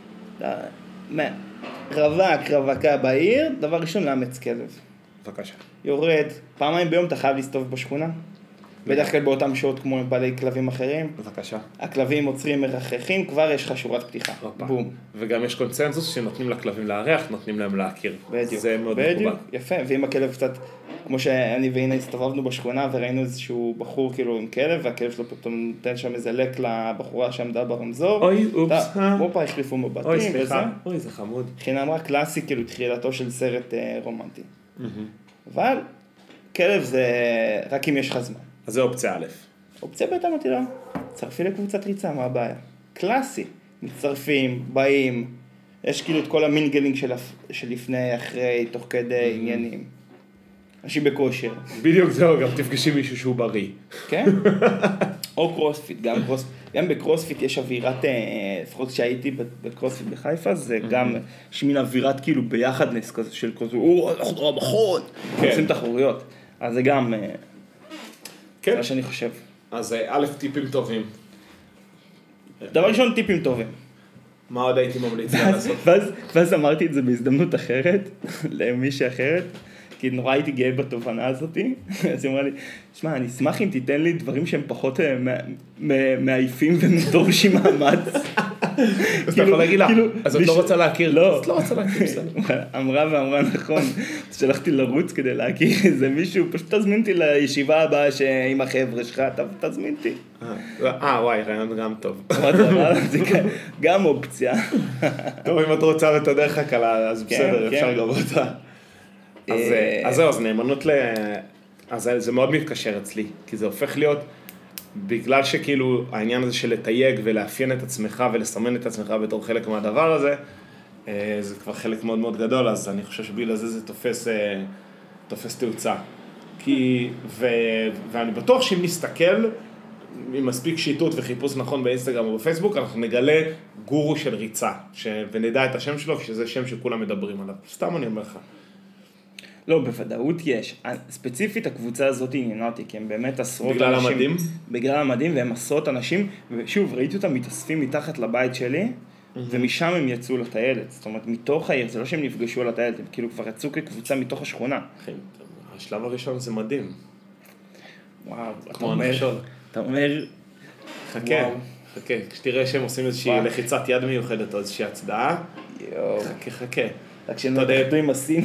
רווק, רווקה בעיר, דבר ראשון, לאמץ כלב. בבקשה. יורד, פעמיים ביום אתה חייב להסתובב בשכונה. בדרך כלל באותם שעות כמו בעלי כלבים אחרים. בבקשה. הכלבים עוצרים מרחכים, כבר יש לך שורת פתיחה. בום. וגם יש קונצנזוס שנותנים לכלבים לארח, נותנים להם להכיר. בדיוק. זה מאוד בדיוק. מקובל. יפה, ואם הכלב קצת, כמו שאני והנה הסתובבנו בשכונה וראינו איזשהו בחור כאילו עם כלב, והכלב שלו פתאום נותן שם איזה לק לבחורה שעמדה ברמזור. אוי, אופס. מופה החליפו מבטים. אוי, סליחה. אוי, זה חמוד. חינה אמרה קלאסי, כאילו תחילתו של סרט רומנטי. אבל כלב זה רק אם יש לך זמן. אז זה אופציה א'. אופציה ב' אמרתי לו, צרפי לקבוצת ריצה, מה הבעיה? קלאסי, מצטרפים, באים, יש כאילו את כל המינגלינג של, של לפני, אחרי, תוך כדי עניינים. אנשים בכושר. בדיוק זהו, גם תפגשי מישהו שהוא בריא. כן? או קרוספיט, גם קרוספיט. גם בקרוספיט יש אווירת, לפחות כשהייתי בקרוספיט בחיפה, זה גם, יש מין אווירת כאילו ביחדנס כזה של כזה, או, אנחנו רמחות, עושים תחרויות. אז זה גם, זה מה שאני חושב. אז א', טיפים טובים. דבר ראשון, טיפים טובים. מה עוד הייתי ממליץ לעשות? ואז אמרתי את זה בהזדמנות אחרת, למישהי אחרת, כי נורא הייתי גאה בתובנה הזאת, אז היא אמרה לי, שמע, אני אשמח אם תיתן לי דברים שהם פחות מעייפים ומדורשים מאמץ. אז אתה יכול להגיד לה, אז את לא רוצה להכיר? לא. אז לא רוצה להכיר, בסדר. אמרה ואמרה נכון, שלחתי לרוץ כדי להכיר איזה מישהו, פשוט תזמין אותי לישיבה הבאה עם החבר'ה שלך, תזמין אותי. אה, וואי, רעיון גם טוב. זה גם אופציה. טוב, אם את רוצה ואת הדרך הקלה, אז בסדר, אפשר גם אותה. אז זהו, אז נאמנות ל... אז זה מאוד מתקשר אצלי, כי זה הופך להיות, בגלל שכאילו העניין הזה של לתייג ולאפיין את עצמך ולסמן את עצמך בתור חלק מהדבר הזה, זה כבר חלק מאוד מאוד גדול, אז אני חושב שבגלל זה זה תופס, תופס תאוצה. כי, ו, ואני בטוח שאם נסתכל, עם מספיק שיטות וחיפוש נכון באינסטגרם או בפייסבוק, אנחנו נגלה גורו של ריצה, ש... ונדע את השם שלו, שזה שם שכולם מדברים עליו. סתם אני אומר לך. לא, בוודאות יש. ספציפית הקבוצה הזאת עניינה אותי, כי הם באמת עשרות בגלל אנשים. המדים? בגלל המדים, והם עשרות אנשים, ושוב, ראיתי אותם מתאספים מתחת לבית שלי, ומשם הם יצאו לטיילת. זאת אומרת, מתוך העיר, זה לא שהם נפגשו על הטיילת, הם כאילו כבר יצאו כקבוצה מתוך השכונה. השלב הראשון זה מדהים. וואו, אתה אומר, אתה אומר, חכה, חכה, כשתראה שהם עושים איזושהי לחיצת יד מיוחדת או איזושהי הצדעה, חכה, חכה. רק שנתחתו עם הסין.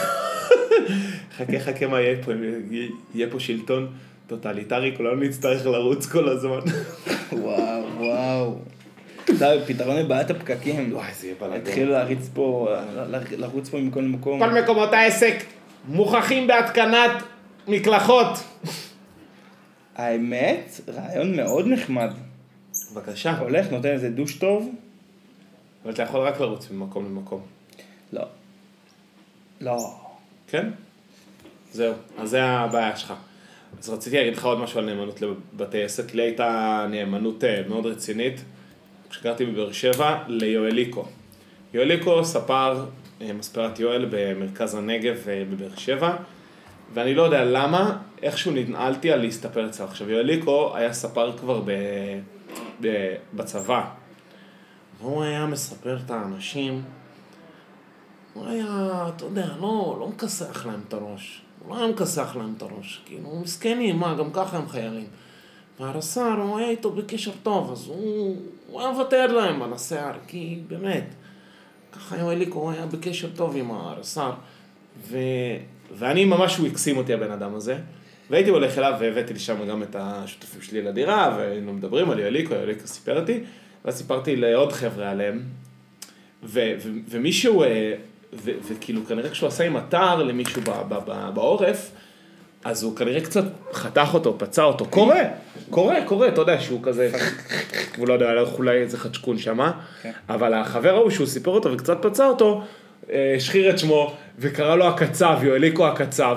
חכה, חכה מה יהיה פה, יהיה פה שלטון טוטליטרי, כולנו נצטרך לרוץ כל הזמן. וואו, וואו. זה פתרון לבעיית הפקקים. וואי, זה יהיה בלגן. התחילו להריץ פה, לרוץ פה מכל מקום. כל מקומות העסק. מוכחים בהתקנת מקלחות. האמת, רעיון מאוד נחמד. בבקשה. הולך, נותן איזה דוש טוב. אבל אתה יכול רק לרוץ ממקום למקום. לא. לא. כן? זהו, אז זה הבעיה שלך. אז רציתי להגיד לך עוד משהו על נאמנות לבתי עסק. לי הייתה נאמנות מאוד רצינית, כשגרתי בבאר שבע, ליואליקו. יואליקו ספר מספרת יואל במרכז הנגב בבאר שבע, ואני לא יודע למה, איכשהו ננעלתי על להסתפר אצלו. עכשיו, יואליקו היה ספר כבר ב... ב... בצבא. והוא היה מספר את האנשים, הוא היה, אתה יודע, לא, לא מכסח להם את הראש. הוא לא היה מכסח להם את הראש. כאילו, הוא מסכנים, מה, גם ככה הם חיילים. והרס"ר, הוא היה איתו בקשר טוב, אז הוא, הוא היה מוותר להם על השיער, כי באמת, ככה יואליקו, הוא היה בקשר טוב עם הרס"ר. ו... ואני ממש, הוא הקסים אותי הבן אדם הזה. והייתי הולך אליו והבאתי לי שם גם את השותפים שלי לדירה, והיינו מדברים על יואליקו, יואליקו סיפר אותי, ואז סיפרתי לעוד חבר'ה עליהם, ו- ו- ומישהו, ו- וכאילו כנראה כשהוא עשה עם אתר למישהו ב- ב- ב- בעורף, אז הוא כנראה קצת חתך אותו, פצע אותו, קורה, קורה, קורה, אתה יודע שהוא כזה, הוא לא יודע, אולי איזה חדשקון שמה, אבל החבר ההוא שהוא סיפר אותו וקצת פצע אותו, שחיר את שמו, וקרא לו הקצב, יואליקו הקצב.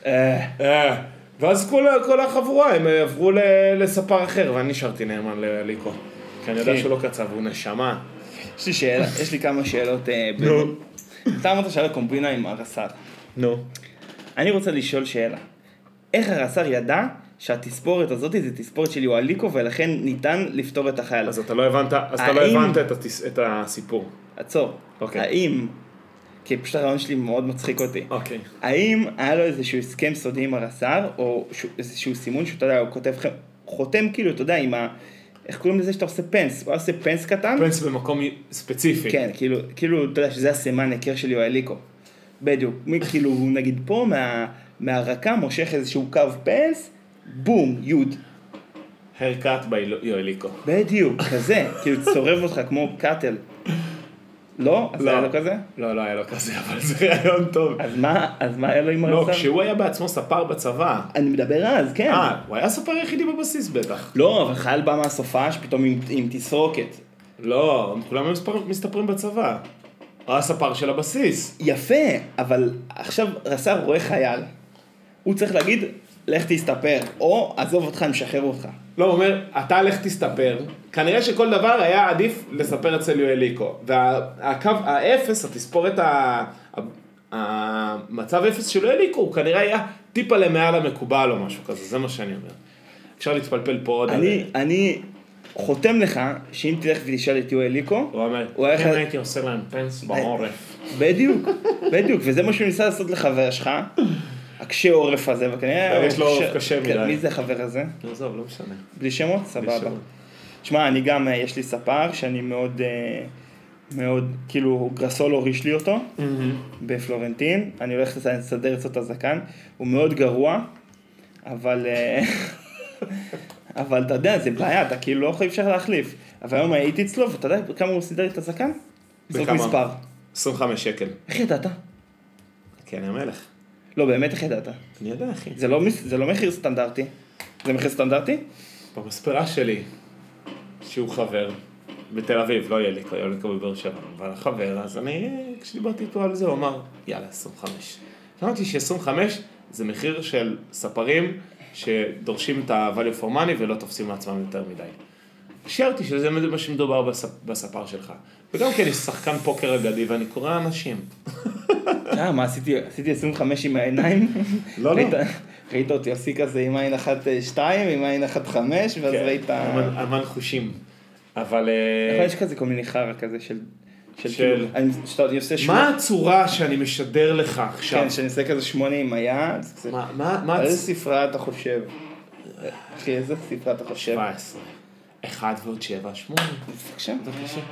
ואז כל, כל החבורה, הם עברו לספר אחר, ואני נשארתי נאמן ליואליקו. כי אני יודע שהוא לא קצב, הוא נשמה. יש לי שאלה, יש לי כמה שאלות. נו. אתה אמרת שאלה קומבינה עם הרס"ר. נו. אני רוצה לשאול שאלה. איך הרס"ר ידע שהתספורת הזאת זה תספורת של יואליקו, ולכן ניתן לפתור את החייל? אז אתה לא הבנת, אז אתה לא הבנת את, התס, את הסיפור. עצור. אוקיי. האם, כי פשוט הרעיון שלי מאוד מצחיק אותי. אוקיי. האם היה לו איזשהו הסכם סודי עם הרס"ר, או איזשהו סימון שאתה יודע, הוא כותב, חותם כאילו, אתה יודע, עם ה... איך קוראים לזה שאתה עושה פנס? הוא עושה פנס קטן? פנס במקום ספציפי. כן, כאילו, כאילו, אתה יודע שזה הסימן הכר של יואליקו. בדיוק. כאילו, נגיד פה, מה, מהרקה מושך איזשהו קו פנס, בום, יוד. הרקת ביואליקו. בדיוק, כזה. כאילו, צורב אותך כמו קאטל. לא? אז לא. היה לו כזה? לא, לא היה לו כזה, אבל זה רעיון טוב. אז מה, אז מה היה לו עם לא, הרס"ר? כשהוא היה בעצמו ספר בצבא. אני מדבר אז, כן. אה, הוא היה ספר יחידי בבסיס בטח. לא, אבל חייל בא מהסופש, פתאום עם, עם תסרוקת. לא, כולם מספר, מסתפרים בצבא. הוא היה ספר של הבסיס. יפה, אבל עכשיו רס"ר רואה חייל. הוא צריך להגיד, לך תסתפר, או עזוב אותך, אני משחרר אותך. לא, הוא אומר, אתה לך תסתפר. כנראה שכל דבר היה עדיף לספר אצל יואליקו. והקו, האפס, התספורת, המצב אפס של יואליקו, הוא כנראה היה טיפה למעל המקובל או משהו כזה, זה מה שאני אומר. אפשר להתפלפל פה עוד. אני, אני חותם לך, שאם תלך ותשאל את יואליקו, הוא אומר, כן הייתי עושה להם פנס בעורף. בדיוק, בדיוק, וזה מה שהוא ניסה לעשות לחבר שלך, הקשה עורף הזה, וכנראה... יש לו עורף קשה מדי. מי זה החבר הזה? עזוב, לא משנה. בלי שמות? סבבה. שמע, אני גם, יש לי ספר שאני מאוד, מאוד, כאילו, גרסול הוריש לי אותו, בפלורנטין, אני הולך לסדר אצלו את הזקן, הוא מאוד גרוע, אבל, אבל אתה יודע, זה בעיה, אתה כאילו לא יכול אפשר להחליף. אבל היום הייתי אצלו, ואתה יודע כמה הוא סידר את הזקן? זאת מספר. עשרים וחמישה שקל. איך ידעת? כי אני המלך. לא, באמת איך ידעת? אני יודע, אחי. זה לא, זה לא מחיר סטנדרטי. זה מחיר סטנדרטי? במספרה שלי, שהוא חבר, בתל אביב, לא יהיה לי, יהיה לי כבר בבאר שבע, אבל החבר, אז אני, כשדיברתי איתו על זה, הוא אמר, יאללה, עשרים וחמש. אמרתי ש-עשרים וחמש זה מחיר של ספרים שדורשים את ה-value for money ולא תופסים לעצמם יותר מדי. השארתי שזה מה שמדובר בספר שלך. וגם כן יש שחקן פוקר אגדי ואני קורא אנשים. אה, מה עשיתי? עשיתי עשרים וחמש עם העיניים? לא, לא. ראית אותי עשי כזה עם עין אחת שתיים, עם עין אחת חמש, ואז ראית... אמן חושים. אבל... נכון, יש כזה כל מיני חרא כזה של... של... מה הצורה שאני משדר לך עכשיו? כן, שאני עושה כזה שמונה עם היד. מה... איזה ספרה אתה חושב? אחי, איזה ספרה אתה חושב? שבע עשרה. אחד ועוד שבע, שמונה. בבקשה. בבקשה.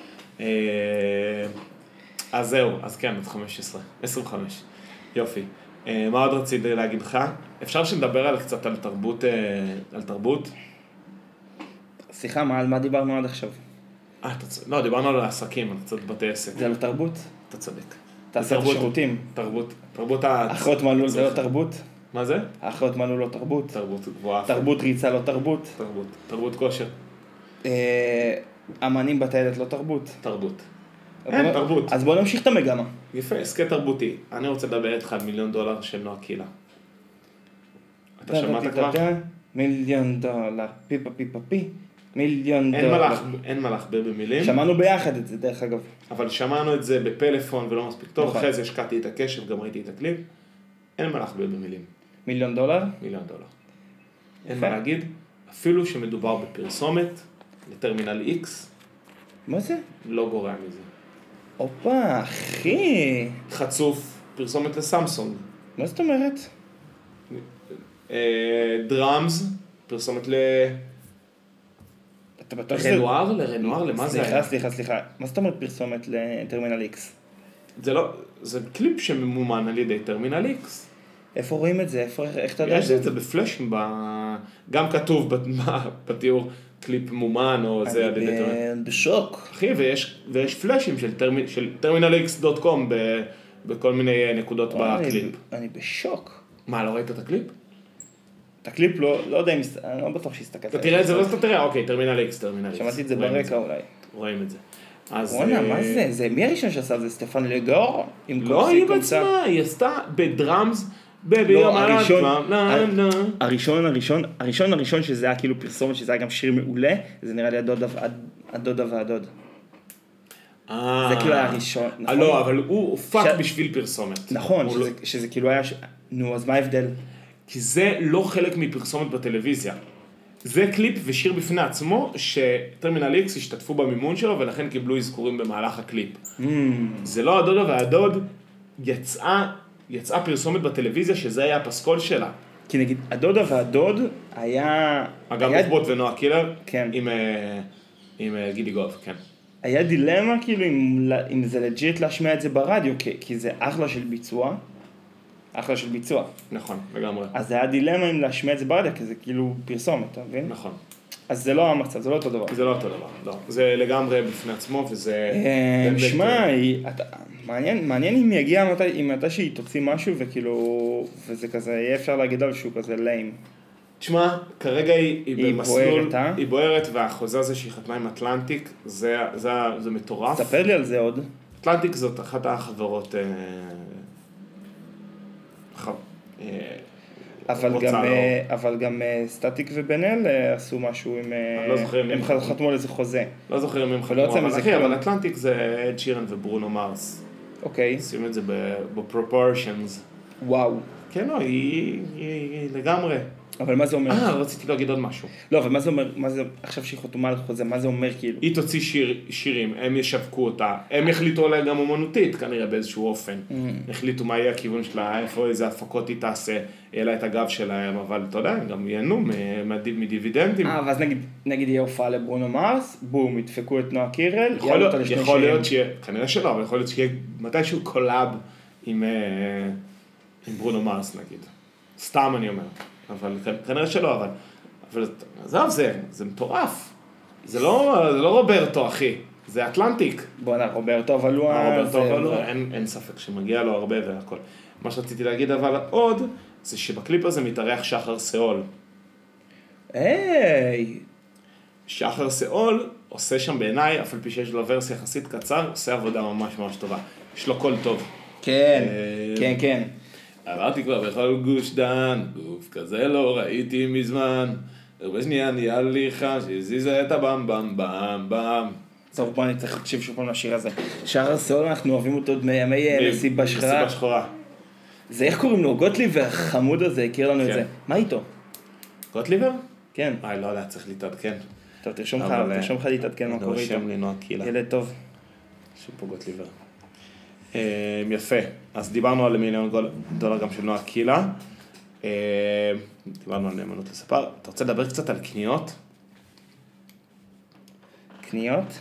אז זהו, אז כן, עד חמש עשרה, עשרים וחמש. יופי. מה עוד רציתי להגיד לך? אפשר שנדבר על קצת על תרבות, על תרבות? סליחה, על מה דיברנו עד עכשיו? אה, לא, דיברנו על העסקים, על קצת בתי עסק. זה על תרבות? אתה צודק. תעשה את השירותים. תרבות, תרבות ה... אחרות מלול זה לא תרבות? מה זה? אחרות מלול לא תרבות. תרבות גבוהה. תרבות ריצה לא תרבות. תרבות, תרבות כושר. אמנים בטיילת לא תרבות. תרבות. אין, תרבות. אז בוא נמשיך את המגמה. יפה, הסקט תרבותי. אני רוצה לדבר איתך על מיליון דולר של נועה קילה. אתה שמעת כבר? מיליון דולר, פיפה פיפה פי, מיליון אין דולר. מלאך, אין מה להכביר במילים. שמענו ביחד את זה דרך אגב. אבל שמענו את זה בפלאפון ולא מספיק טוב, נכון. אחרי זה השקעתי את הקשב, גם ראיתי את הקליפ. אין מה להכביר במילים. מיליון דולר? מיליון דולר. אין מה להגיד, אפילו שמדובר בפרסומת לטרמינל X, מה זה? לא גורע מזה. הופה, אחי. חצוף, פרסומת לסמסונג. מה זאת אומרת? דראמס, פרסומת ל... אתה בטוח שזה... רנואר? לרנואר? למה זה סליחה, היה? סליחה, סליחה. מה זאת אומרת פרסומת לטרמינל X? זה לא... זה קליפ שממומן על ידי טרמינל X. איפה רואים את זה? איפה, איך אתה יודע את יש זה? את זה בפלאשים, ב... גם כתוב בתיאור קליפ מומן או זה על ידי טרמינל. אני בשוק. אחי, ויש, ויש פלאשים של, טרמינ... של טרמינל אקס דוט קום ב... בכל מיני נקודות בקליפ. אני בשוק. מה, לא ראית את הקליפ? את הקליפ לא, לא יודע אם, אני לא בטוח שהסתכלת. אתה תראה את זה, לא שאתה תראה, אוקיי, טרמינל אקס, טרמינל אקס. שמעתי את זה ברקע אולי. רואים את זה. אז... וואנה, מה זה? זה מי הראשון שעשה את זה? סטפן לגור? לא, היא בעצמה, היא עשתה בדראמס, בבי לא, יום הראשון, הראשון, הראשון, הראשון, הראשון, הראשון שזה היה כאילו פרסומת, שזה היה גם שיר מעולה, זה נראה לי הדודה, הדודה והדוד. זה כאילו היה הראשון, נכון? לא, אבל הוא הופק בשביל פרסומת. נכון, שזה כאילו היה, נו, אז מה ההבדל? כי זה לא חלק מפרסומת בטלוויזיה. זה קליפ ושיר בפני עצמו, שטרמינל איקס השתתפו במימון שלו, ולכן קיבלו אזכורים במהלך הקליפ. זה לא הדודה והדוד, יצאה, יצאה פרסומת בטלוויזיה, שזה היה הפסקול שלה. כי נגיד, הדודה והדוד היה... אגב, רוחבוט ונועה קילר, כן. עם, עם גידי גוב, כן. היה דילמה כאילו אם, אם זה לג'יט להשמיע את זה ברדיו, כי, כי זה אחלה של ביצוע. אחלה של ביצוע. נכון, לגמרי. אז זה היה דילמה אם להשמיע את זה ברדיו, כי זה כאילו פרסומת, אתה מבין? נכון. אז זה לא המצב, זה לא אותו דבר. זה לא אותו דבר, לא. זה לגמרי בפני עצמו, וזה... שמע, מעניין, מעניין אם יגיע מתי, אם מתי שהיא תוציא משהו, וכאילו, וזה כזה, יהיה אפשר להגיד על שהוא כזה ליים. תשמע, כרגע היא, היא, היא במסלול, בוערת, אה? היא בוערת, והחוזה הזה שהיא חתמה עם אטלנטיק, זה, זה, זה מטורף. ספר לי על זה עוד. אטלנטיק זאת אחת החברות... אה, ח, אה, אבל גם, אה, אבל גם אה, סטטיק ובן אל אה, עשו משהו עם... אה, לא זוכר, הם הם חתמו על איזה חוזה. לא זוכר אם הם חתמו, יוצא אבל מזה אחי, כלום. אבל אטלנטיק זה אד שירן וברונו מרס. אוקיי. עושים את זה בפרופורשנס. וואו. כן, לא, היא, היא, היא לגמרי. אבל מה זה אומר? אה, רציתי להגיד עוד משהו. לא, אבל מה זה אומר, מה זה, עכשיו שהיא חתומה על חוזה, מה זה אומר כאילו? היא תוציא שיר, שירים, הם ישווקו אותה, הם יחליטו עליה גם אומנותית, כנראה באיזשהו אופן. Mm. החליטו מה יהיה הכיוון שלה, איפה איזה הפקות היא תעשה, יהיה לה את הגב שלהם, אבל אתה יודע, גם ייהנו מדיבידנדים. אה, ואז נגיד, נגיד יהיה הופעה לברונו מרס, בום, ידפקו את נועה קירל, יכול להיות, יכול להיות שיהיה, כנראה שלא, אבל יכול להיות שיהיה מתישהו קולאב עם, עם ברונו מרס נגיד. סתם אני אומר. אבל כנראה שלא, אבל, אבל עזוב, זה, זה מטורף. זה לא, זה לא רוברטו, אחי. זה אטלנטיק. בוא נע, רוברטו, אבל הוא... רוברטו, אבל הוא, אין, אין ספק שמגיע לו הרבה והכל. מה שרציתי להגיד, אבל עוד, זה שבקליפ הזה מתארח שחר סאול. היי! שחר סאול עושה שם בעיניי, אף על פי שיש לו ורסיה יחסית קצר, עושה עבודה ממש ממש טובה. יש לו קול טוב. כן, כן, כן. עברתי כבר בכל גוש דן, גוף כזה לא ראיתי מזמן, ובשנייה נהיה לי חש, הזיזה את הבם בם בם בם. טוב, בוא אני צריך להקשיב שוב פעם לשיר הזה. שחר סאול, אנחנו אוהבים אותו עוד מימי מסיבה שחורה. מסיבה שחורה. זה איך קוראים לו? גוטליבר, החמוד הזה, הכיר לנו את זה. מה איתו? גוטליבר? כן. אה, לא יודע, צריך להתעדכן. טוב, תרשום לך, תרשום לך להתעדכן מה קורה איתו. שם לי נועה קילה. ילד טוב. שם פה גוטליבר. יפה, אז דיברנו על מיליון דולר גם של נועה קילה, דיברנו על נאמנות לספר, אתה רוצה לדבר קצת על קניות? קניות?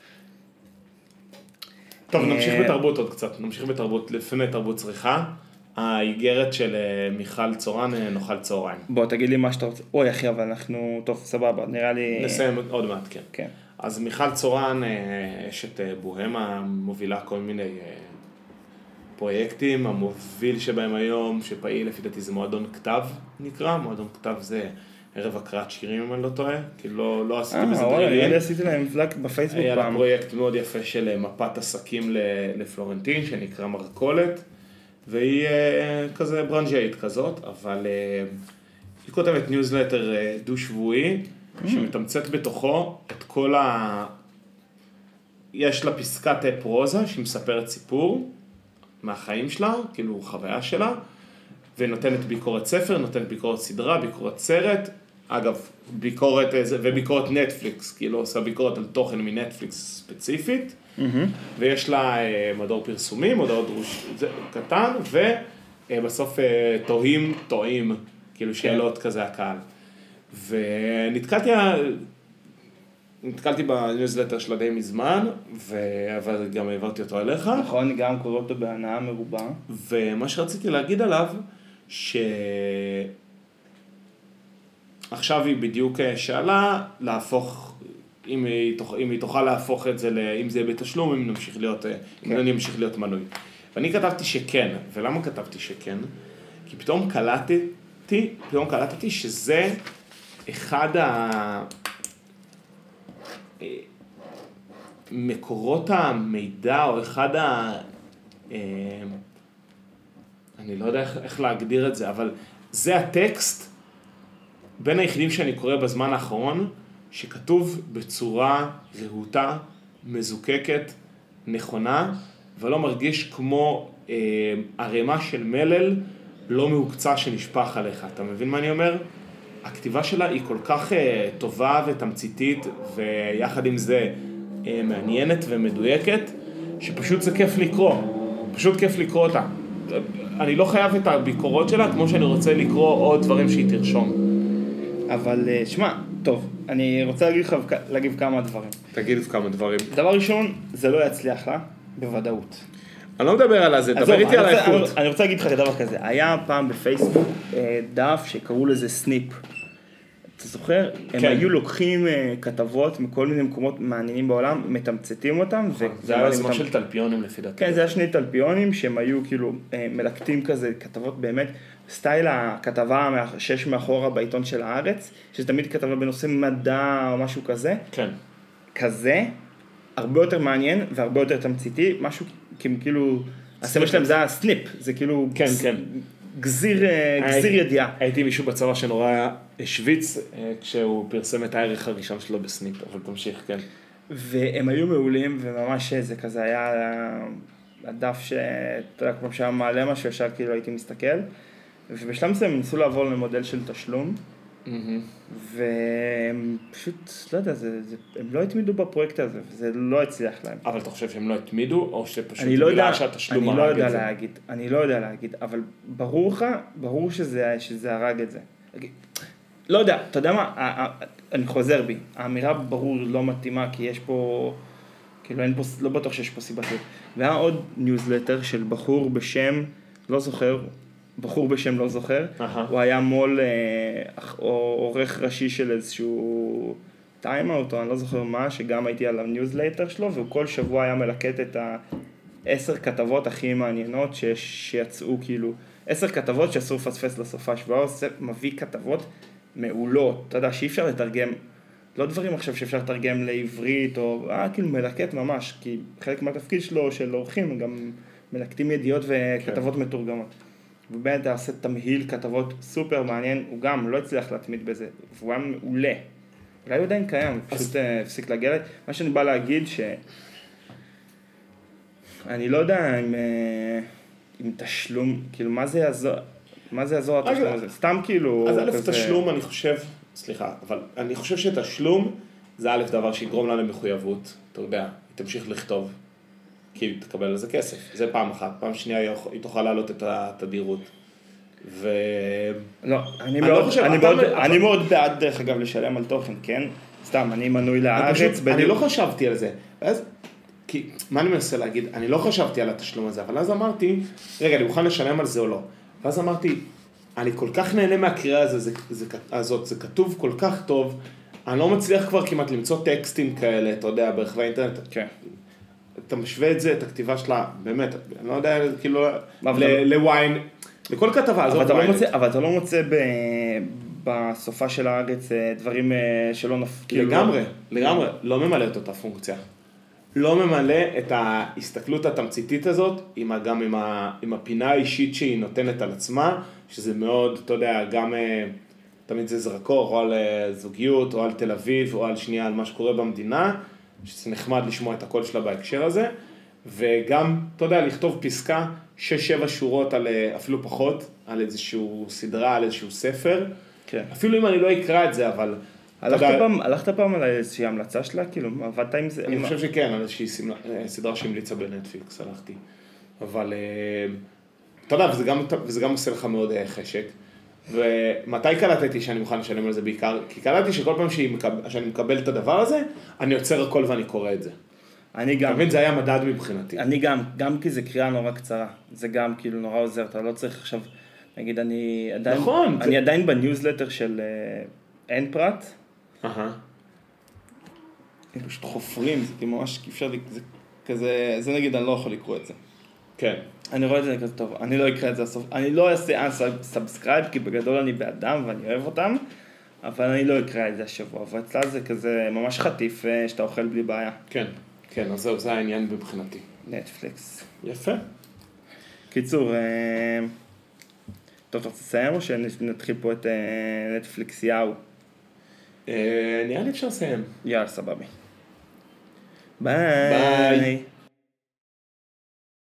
טוב, נמשיך בתרבות עוד קצת, נמשיך בתרבות, לפני תרבות צריכה, האיגרת של מיכל צורן, נאכל צהריים. בוא, תגיד לי מה שאתה רוצה, אוי אחי, אבל אנחנו, טוב, סבבה, נראה לי... נסיים עוד מעט, כן. כן. אז מיכל צורן, אשת בוהמה, מובילה כל מיני הפרויקטים המוביל שבהם היום, שפעיל לפי דעתי זה מועדון כתב נקרא, מועדון כתב זה ערב הקראת שירים אם אני לא טועה, כי לא, לא עשיתי בזה דרילים. אני עשיתי להם ולאק בפייסבוק היה פעם. לה פרויקט מאוד יפה של מפת עסקים לפלורנטין, שנקרא מרקולת, והיא כזה ברנג'אית כזאת, אבל היא כותבת ניוזלטר דו-שבועי, שמתמצאת בתוכו את כל ה... יש לה פסקת פרוזה שהיא מספרת סיפור מהחיים שלה, כאילו חוויה שלה, ונותנת ביקורת ספר, נותנת ביקורת סדרה, ביקורת סרט, אגב, ביקורת, וביקורת נטפליקס, כאילו עושה ביקורת על תוכן מנטפליקס ספציפית, mm-hmm. ויש לה מדור פרסומים, מדור דרוש קטן, ובסוף תוהים, טועים, כאילו שאלות כזה הקהל. ונתקלתי, נתקלתי בניוזלטר שלה די מזמן, אבל גם העברתי אותו אליך. נכון, גם קורא אותו בהנאה מרובה. ומה שרציתי להגיד עליו, שעכשיו היא בדיוק שאלה להפוך, אם היא, תוכ... אם היא תוכל להפוך את זה, ל... אם זה בתשלום, אם נמשיך להיות, כן. אם אני אמשיך להיות מנוי. ואני כתבתי שכן, ולמה כתבתי שכן? כי פתאום קלטתי, פתאום קלטתי שזה אחד המקורות המידע, או אחד ה... אני לא יודע איך, איך להגדיר את זה, אבל זה הטקסט בין היחידים שאני קורא בזמן האחרון, שכתוב בצורה רהוטה, מזוקקת, נכונה, ולא מרגיש כמו אה, הרמה של מלל לא מהוקצה שנשפח עליך. אתה מבין מה אני אומר? הכתיבה שלה היא כל כך אה, טובה ותמציתית, ויחד עם זה אה, מעניינת ומדויקת, שפשוט זה כיף לקרוא. פשוט כיף לקרוא אותה. אני לא חייב את הביקורות שלה, כמו שאני רוצה לקרוא עוד דברים שהיא תרשום. אבל שמע, טוב, אני רוצה להגיד לך, להגיב כמה דברים. תגיד כמה דברים. דבר ראשון, זה לא יצליח לה, בוודאות. אני לא מדבר על זה, דבר איתי על האיכות. אני רוצה להגיד לך דבר כזה, היה פעם בפייסבוק דף שקראו לזה סניפ. אתה זוכר? הם היו לוקחים כתבות מכל מיני מקומות מעניינים בעולם, מתמצתים אותם. זה היה זמן של טלפיונים לפי דעתי. כן, זה היה שני טלפיונים שהם היו כאילו מלקטים כזה כתבות באמת, סטייל הכתבה שש מאחורה בעיתון של הארץ, שזה תמיד כתבה בנושא מדע או משהו כזה. כן. כזה, הרבה יותר מעניין והרבה יותר תמציתי, משהו כאילו, הסמל שלהם זה היה סניפ, זה כאילו... כן, כן. גזיר, גזיר ידיעה. הייתי מישהו בצבא שנורא השוויץ כשהוא פרסם את הערך הראשון שלו בסניפ, אבל תמשיך, כן. והם היו מעולים, וממש זה כזה היה הדף שאתה יודע, כמו שהיה מעלה משהו, ישר כאילו הייתי מסתכל, ובשלב מסוים הם ניסו לעבור למודל של תשלום, והם פשוט, לא יודע, זה, זה, הם לא התמידו בפרויקט הזה, וזה לא הצליח להם. אבל אתה חושב שהם לא התמידו, או שפשוט לא בגלל שהתשלום הרג הרג לא את זה? להגיד, אני לא יודע להגיד, אבל ברור לך, ברור שזה, שזה הרג את זה. לא יודע, אתה יודע מה, אני חוזר בי, האמירה ברור לא מתאימה, כי יש פה, כאילו אין פה, לא בטוח שיש פה סיבתיות. והיה עוד ניוזלטר של בחור בשם, לא זוכר, בחור בשם לא זוכר, הוא היה מול או עורך ראשי של איזשהו טיימאוט, או אני לא זוכר מה, שגם הייתי על הניוזלטר שלו, והוא כל שבוע היה מלקט את העשר כתבות הכי מעניינות שיצאו, כאילו, עשר כתבות שאסור לפספס לסופה, שהוא מביא כתבות מעולות, אתה יודע, שאי אפשר לתרגם, לא דברים עכשיו שאפשר לתרגם לעברית, או אה, כאילו מלקט ממש, כי חלק מהתפקיד שלו, של אורחים, גם מלקטים ידיעות וכתבות כן. מתורגמות. ובאמת הוא עושה תמהיל כתבות סופר מעניין, הוא גם לא הצליח להתמיד בזה, והוא היה מעולה. אולי הוא עדיין קיים, פשוט הפסיק להגיע לי. מה שאני בא להגיד ש... אני לא יודע אם, אם תשלום, כאילו מה זה יעזור, מה זה יעזור התשלום הזה? סתם כאילו... אז א' תשלום אני חושב, סליחה, אבל אני חושב שתשלום זה א' דבר שיגרום לה למחויבות, אתה יודע, היא תמשיך לכתוב. כי היא תקבל על זה כסף, זה פעם אחת, פעם שנייה היא תוכל להעלות את התדירות. ו... לא, אני מאוד, אני מאוד, אני מאוד בעד דרך אגב לשלם על תוכן, כן? סתם, אני מנוי לארץ. אני לא חשבתי על זה, אז, כי, מה אני מנסה להגיד? אני לא חשבתי על התשלום הזה, אבל אז אמרתי, רגע, אני מוכן לשלם על זה או לא? ואז אמרתי, אני כל כך נהנה מהקריאה הזאת, זה כתוב כל כך טוב, אני לא מצליח כבר כמעט למצוא טקסטים כאלה, אתה יודע, ברחבי האינטרנט. כן. אתה משווה את זה, את הכתיבה שלה, באמת, אני לא יודע, כאילו, אבל- ל- לוויין, לכל כתבה, אבל עזוב אתה לא וויינט. מוצא, אבל אתה לא מוצא ב... בסופה של הארץ אה, דברים אה, שלא נפ... כאילו, לגמרי, לא- לגמרי, לא ממלא את אותה פונקציה. לא ממלא את ההסתכלות התמציתית הזאת, עם ה- גם עם, ה, עם הפינה האישית שהיא נותנת על עצמה, שזה מאוד, אתה יודע, גם אה, תמיד זה זרקור, או על אה, זוגיות, או על תל אביב, או על שנייה, על מה שקורה במדינה, שזה נחמד לשמוע את הקול שלה בהקשר הזה, וגם, אתה יודע, לכתוב פסקה, שש שבע שורות על, אה, אפילו פחות, על איזשהו סדרה, על איזשהו ספר, כן. אפילו אם אני לא אקרא את זה, אבל... אתה הלכת יודע, פעם, הלכת פעם על איזושהי המלצה שלה? כאילו, עבדת עם זה? אני עם- חושב שכן, על איזושהי סמלה- סדרה שהמליצה בנטפליקס, הלכתי. אבל, אה, אתה יודע, וזה גם, וזה גם עושה לך מאוד אה, חשק. ומתי קלטתי שאני מוכן לשלם על זה בעיקר? כי קלטתי שכל פעם שהיא מקב- שאני מקבל את הדבר הזה, אני עוצר הכל ואני קורא את זה. אני אתה גם, מבין? זה היה מדד מבחינתי. אני גם, גם כי זה קריאה נורא קצרה. זה גם כאילו נורא עוזר, אתה לא צריך עכשיו, נגיד, אני עדיין, נכון, אני זה- עדיין בניוזלטר של אה, אין פרט, אהה. הם פשוט חופרים, זה כאילו ממש אי אפשר, זה כזה, זה נגיד, אני לא יכול לקרוא את זה. כן. אני רואה את זה כזה טוב, אני לא אקרא את זה לסוף, אני לא אעשה אנסאבסקרייב, כי בגדול אני באדם ואני אוהב אותם, אבל אני לא אקרא את זה השבוע, ואצלה זה כזה ממש חטיף אה, שאתה אוכל בלי בעיה. כן, כן, אז זהו, זה העניין מבחינתי. נטפליקס. יפה. קיצור, אה, טוב, אתה רוצה לסיים או שנתחיל פה את אה, נטפליקס יאו? אה, נראה לי אפשר לסיים. יאללה, סבבי. ביי. ביי.